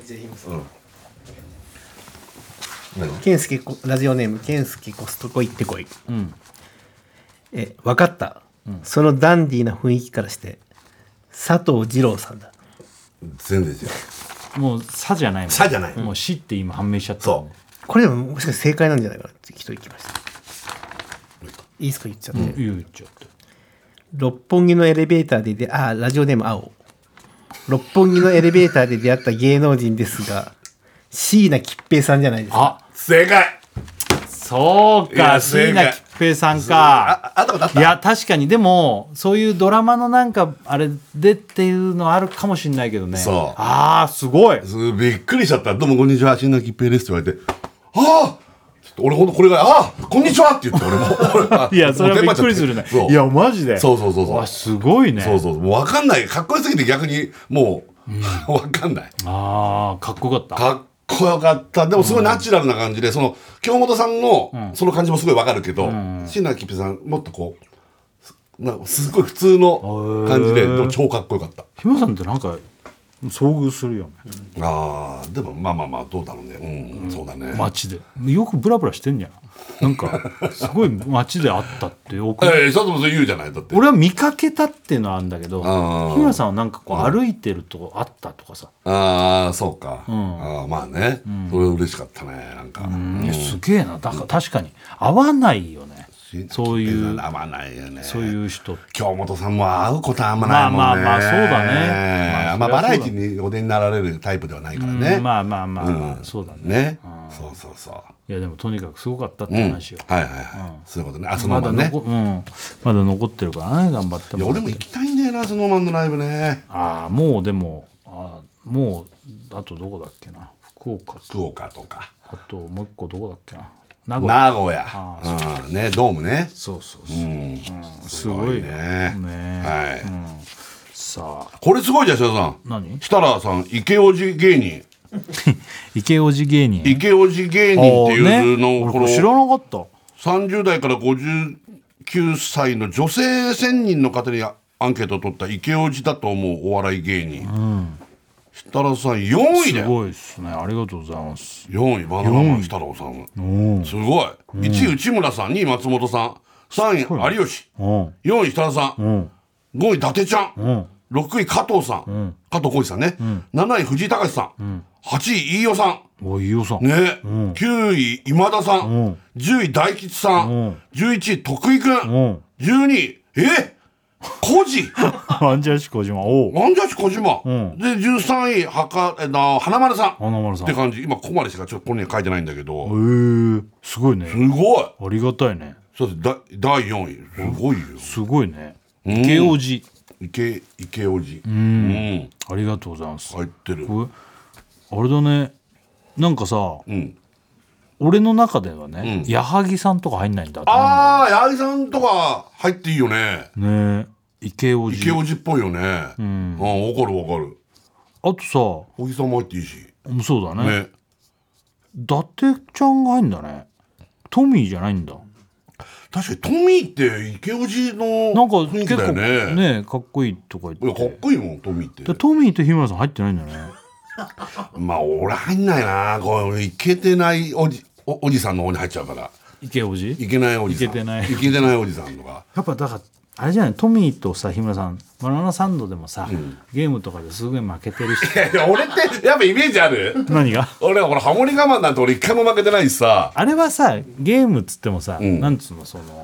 健介ラジオネーム健介コストコ行ってこい。 うん。 分かった、そのダンディーな雰囲気からして佐藤二郎さんだ。 全然違う。 もうさじゃないもん。 さじゃない。 もうしって今判明しちゃった。 そう。 これでももしかして正解なんじゃないかなって人行きました。いいですか言っちゃって。 言っちゃって。 六本木のエレベーターでラジオネーム青。六本木のエレベーターで出会った芸能人ですが椎名桔平さんじゃないですか。 あ、 正解。 そうか、椎名桔平さんか。 あったことあった。 いや確かに。でもそういうドラマのなんかあれでっていうのあるかもしれないけどね。 そう。 ああすごい。 びっくりしちゃった。どうもこんにちは、椎名桔平ですって言われて、ああ俺ほんとこれがこんにちはって言って俺もいやそれはびっくりするね。いやマジで。 そうわすごいね。 そうもう分かんない。かっこよすぎて逆にもう分かんない。 ああかっこよかった。 かっこよかった。でもすごいナチュラルな感じで、その京本さんのその感じもすごい分かるけど、椎名桔平さんもっとこうなんかすごい普通の感じで、でも超かっこよかった。 日村さんってなんか遭遇するよね。 ああでもまあどうだろうね。そうだね。 街でよくブラブラしてんじゃん。なんかすごい街で会ったってよく。 佐藤もそう言うじゃない。だって俺は見かけたっていうのはあるんだけど、日村さんはなんかこう歩いてると会ったとかさ。 ああそうか。まあね、それ嬉しかったね。なんかすげえな。だから確かに会わないよね。そういう合わないよね。 そういう人。 京本さんも会うことはあんまないもんね。 まあそうだね。 バラエティにお出になられるタイプではないからね。 まあそうだね。 そういやでもとにかくすごかったって話よ。 はいそういうことね。そのままね。 まだ残ってるからね、頑張っても。 俺も行きたいんだよな、そのマンのライブね。 もうでももうあとどこだっけな。福岡とか。 あともう一個どこだっけな。 名古屋。ね、ドームね。 そうすごいね。はい。 さあこれすごいじゃん、設楽さん。 何？ 設楽さん、池オジ芸人。 池オジ芸人っていうのこれ知らなかった。 30代から59歳の女性1000人の方にアンケートを取った池オジだと思うお笑い芸人。設楽さん4位だよ。 すごいですね。ありがとうございます。 4位バナナマン設楽さん。すごい。1位内村さん、2位松本さん、3位有吉、4位設楽さん、5位伊達ちゃん、6位加藤さん、加藤浩次さんね、7位藤井隆さん、8位飯尾さん、ね、9位今田さん、10位大吉さん、11位徳井くん、12位小路アンジャッシュ小島。 で13位花丸さんって感じ。今ここまでしかちょっとここには書いてないんだけど、 すごいね。 すごいありがたいね。 そうです。第4位すごいよ。 すごいね。池オジ。 池オジ。 ありがとうございます。 入ってる。 あれだね。なんかさ、俺の中ではね、矢作さんとか入んないんだ。 矢作さんとか入っていいよね。 ね、池オジっぽいよね。わかる。 あとさ、 小木さんも入っていいし。 そうだね。伊達ちゃんが入んだね。トミーじゃないんだ。 確かにトミーって池オジのなんか雰囲気だよね。かっこいいとか言って。 かっこいいもんトミーって。 トミーと日村さん入ってないんだね。 まあ俺入んないな。これイケてないおじさんの方に入っちゃうから。 池オジ？ イケないおじさん。イケてないおじさんとか。 やっぱだからあれじゃない。トミーとさ日村さんバナナサンドでもさ、ゲームとかですごい負けてるし。 俺ってやっぱイメージある？ 何が？ 俺ハモリ我慢なんて俺一回も負けてないしさ。 あれはさゲームっつってもさ、なんつうのその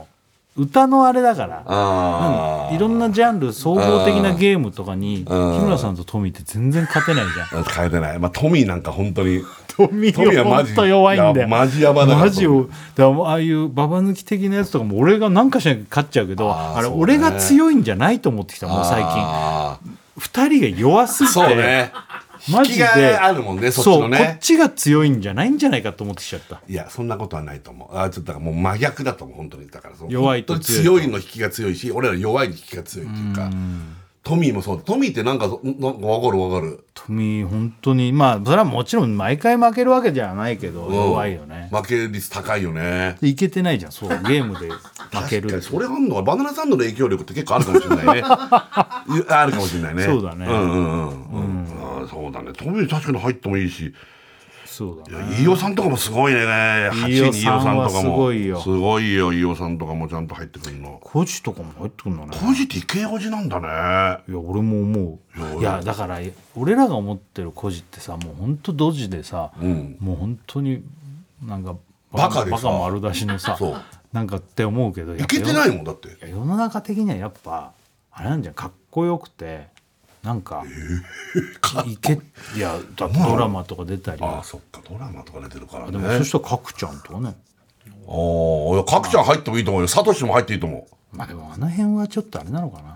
歌のあれだからあいろんなジャンル総合的なゲームとかに日村さんとトミーって全然勝てないじゃん。 変えてない、まあ、トミーなんか本当にトミーは本当弱いんだよ。 マジヤバだからマジをだからああいうババ抜き的なやつとかも俺がなんかしなきゃ勝っちゃうけどあれそうね俺が強いんじゃないと思ってきたもう最近2人が弱すぎてそうねマジで引きがあるもんねそっちのねそうこっちが強いんじゃないんじゃないかと思ってきちゃった。 いやそんなことはないと思う。ちょっとだからもう真逆だと思う本当に。だからその弱いと本当に強いの引きが強いし俺ら弱いの引きが強いっていうかトミーもそうだ。トミーってなんか分かるトミー本当にまあそれはもちろん毎回負けるわけじゃないけど弱いよね。 負け率高いよね。 いけてないじゃんそうゲームで負ける確かにそれあんのはバナナサンドの影響力って結構あるかもしれないねあるかもしれないね。 そうだねそうだね。トミー確かに入ってもいいしそうだね。 飯尾さんとかもすごいね。8位に飯尾さんとかもすごいよすごいよ。飯尾さんとかもちゃんと入ってくるの。 コジとかも入ってくるんだね。 コジって池オジなんだね。 いや俺も思う。いやだから俺らが思ってるコジってさもうほんとドジでさ、もう本当になんかバカでさバカ丸出しのさそうなんかって思うけどいけてないもんだって。 いや世の中的にはやっぱあれなんじゃんかっこよくてなんかいやだってドラマとか出たりああそっかドラマとか出てるからね。 でもそしたら角ちゃんとかねいや角ちゃん入ってもいいと思うよ。サトシも入っていいと思う。 まあでもあの辺はちょっとあれなのかな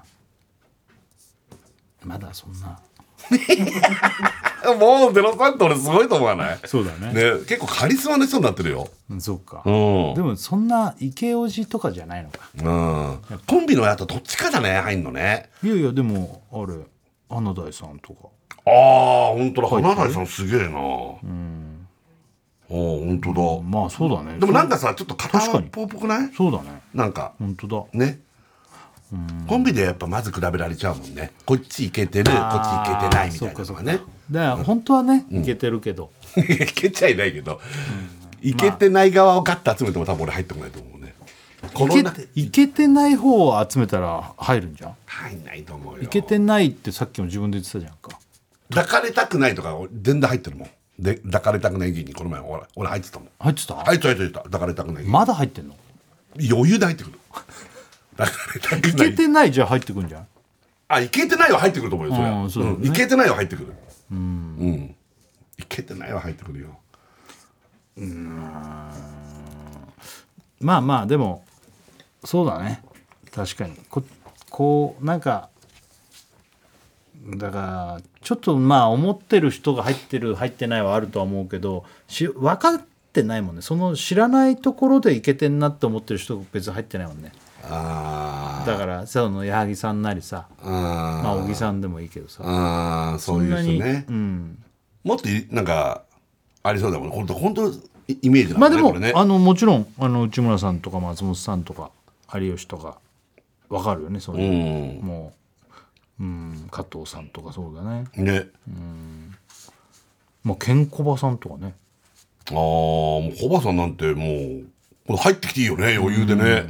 まだそんなもうゼロさんって俺すごいと思わない？ そうだね結構カリスマの人になってるよ。 そうかでもそんなイケオジとかじゃないのか。 コンビのやつどっちかだね入んのね。 いやいやでもあれ花大さんとか本当だ花大さんすげえな。本当だ。 まあそうだね。 でもなんかさちょっと片っぽっぽくない？ そうだねなんか本当だね。コンビでやっぱまず比べられちゃうもんね。こっちいけてるこっちいけてないみたいなのがね。 だから本当はねいけてるけどいけちゃいないけどいけてない側をガッと集めても多分俺入ってこないと思うね。 いけてない方を集めたら入るんじゃん。 入んないと思うよ。 いけてないってさっきも自分で言ってたじゃんか。 抱かれたくないとか全然入ってるもん。で抱かれたくない芸人この前俺入ってたもん。 入ってた？ 入ってた抱かれたくない芸人まだ入ってんの？ 余裕で入ってくる抱かれたくないいけてないじゃあ入ってくんじゃん。 いけてないは入ってくると思うよそれは。 そうだねいけてないは入ってくる。いけてないは入ってくるよ。 まあまあでもそうだね確かにこうなんかだからちょっとまあ思ってる人が入ってる入ってないはあるとは思うけど分かってないもんね。その知らないところでいけてんなって思ってる人が別に入ってないもんね。だからその矢作さんなりさまあ小木さんでもいいけどさそういう人ね。もっとなんかありそうだもんね。本当イメージなんだね。 まあでも、 これね、 もちろん内村さんとか松本さんとか有吉とか分かるよねそういう、もう、加藤さんとかそうだね。まあケンコバさんとかね。 もうコバさんなんてもう入ってきていいよね余裕でね。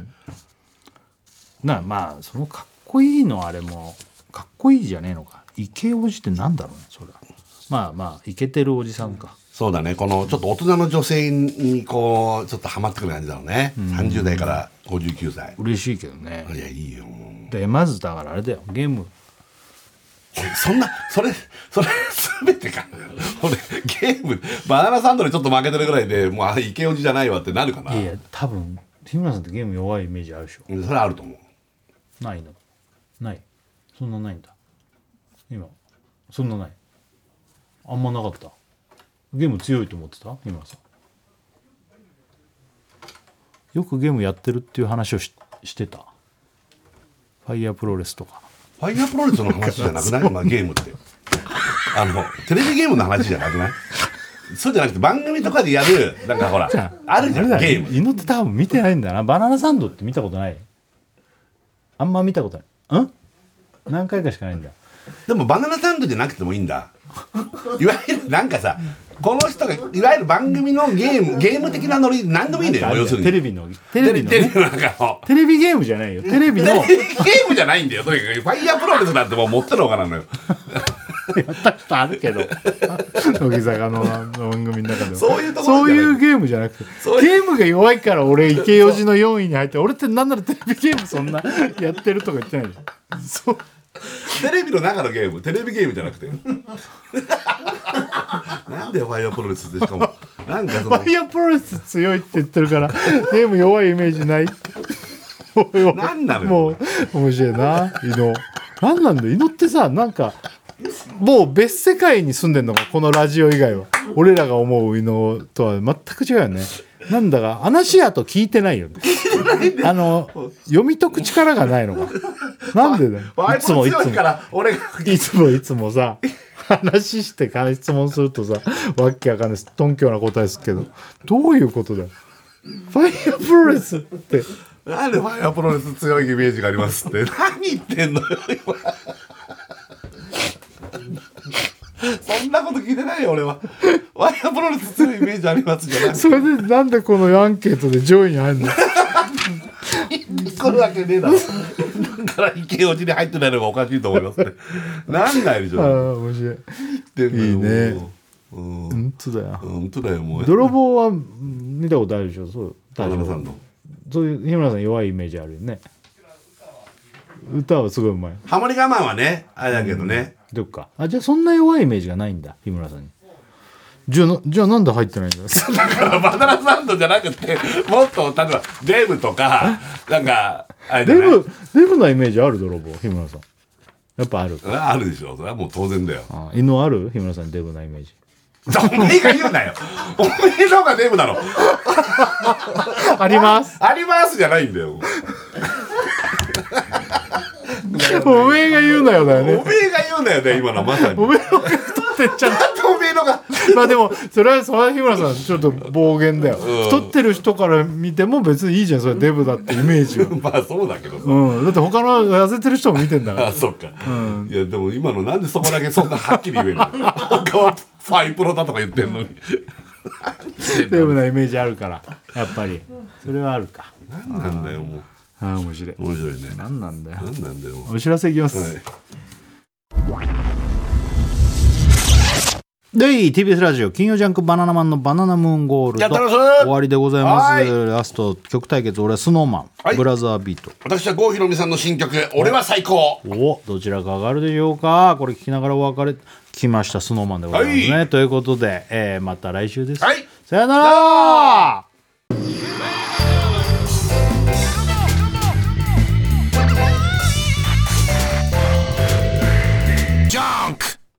まあそのかっこいいのあれもかっこいいじゃねえのか。イケオジってなんだろうねそれは。まあまあイケてるおじさんか。 そうだね。このちょっと大人の女性にこうちょっとハマってくる感じだろうね。30代から59歳。 嬉しいけどね。 いやいいよ。 でまずだからあれだよゲーム。 それ全てか。俺ゲームバナナサンドでちょっと負けてるぐらいでもうイケオジじゃないわってなるかな。 いや多分日村さんってゲーム弱いイメージあるでしょ。 それあると思う。 ないのないそんなないんだ今そんなないあんまなかった。ゲーム強いと思ってた今さよくゲームやってるっていう話をしてた。ファイヤープロレスとかファイヤープロレスの話じゃなくない、まあ、ゲームってテレビゲームの話じゃなくないそうじゃなくて番組とかでやるなんかほらあるじゃんゲーム。 犬って多分見てないんだな。バナナサンドって見たことない。あんま見たことない。何回かしかないんだ。 でもバナナサンドじゃなくてもいいんだ。いわゆるなんかさこの人がいわゆる番組のゲーム的なノリ何でもいいんだよ。要するにテレビの、ね、 テレビなんかのテレビゲームじゃないよ。テレビのゲームじゃないんだよ。とにかくファイヤープロレスなんてもう持ってるほかなのよやったことあるけど乃木坂の番組の中でもそういうところそうじゃないいうゲームじゃなくてそういうゲームが弱いから俺池オジの4位に入って俺ってなんならテレビゲームそんなやってるとか言ってないじゃんそうテレビの中のゲーム、テレビゲームじゃなくてなんでファイアープロレスってしかもなんかそのファイアープロレス強いって言ってるからゲーム弱いイメージないなんなのよもう面白いな伊野なんなんだ伊野ってさなんかもう別世界に住んでんのかこのラジオ以外は俺らが思う伊野とは全く違うよねなんだか話やと聞いてないよね読み解く力がないのかなんでだよファイアープロレス強いから俺がいつもさ話してから質問するとさわっけわかんない頓強な答えですけどどういうことだよファイアープロレスってなんでファイアープロレス強いイメージがありますって何言ってんのよ今そんなこと聞いてないよ俺はファイアープロレス強いイメージありますじゃないそれでなんでこのアンケートで上位に入るの来るわけねえだろだから池落ちに入ってないのがおかしいと思いますってなんないでしああょ面白いってんのよいいねもううん本当だよ本当だよもう泥棒は見たことあるでしょそう田中さんのそういう日村さん弱いイメージあるよね歌はすごいうまいハモリ我慢はねあれだけどね、 どっかじゃあそんな弱いイメージがないんだ日村さんにじゃあなんで入ってないんだよだからバナナサンドじゃなくてもっと例えばデブとかなんかあれじゃないデブなイメージある泥棒日村さんやっぱあるあるでしょそれはもう当然だよ犬ある日村さんにデブなイメージお前が言うなよお前の方がデブだろありますありますじゃないんだよおめえが言うなよだよねおめえが言うなよね今のまさにおめえのが太ってっちゃなんでおめえのがまあでもそれは日村さんちょっと暴言だよ、太ってる人から見ても別にいいじゃんそれデブだってイメージはまあそうだけどさ、 だって他の痩せてる人も見てんだからあそっか、いやでも今のなんでそこだけそんなはっきり言えるの他はファイプロだとか言ってんのにデブなイメージあるからやっぱりそれはあるかなんなんだよもう面白い面白いねなんなんだよなんなんだよお知らせいきます、 はいで TBS ラジオ金曜ジャンクバナナマンのバナナムーンゴールドやってます終わりでございます。ラスト曲対決俺はスノーマン、 はい、 ブラザービート私は郷ひろみさんの新曲俺は最高どちらか上がるでしょうか。これ聞きながらお別れ来ましたスノーマンでございますね、ということで、また来週です、 はい、 さよなら。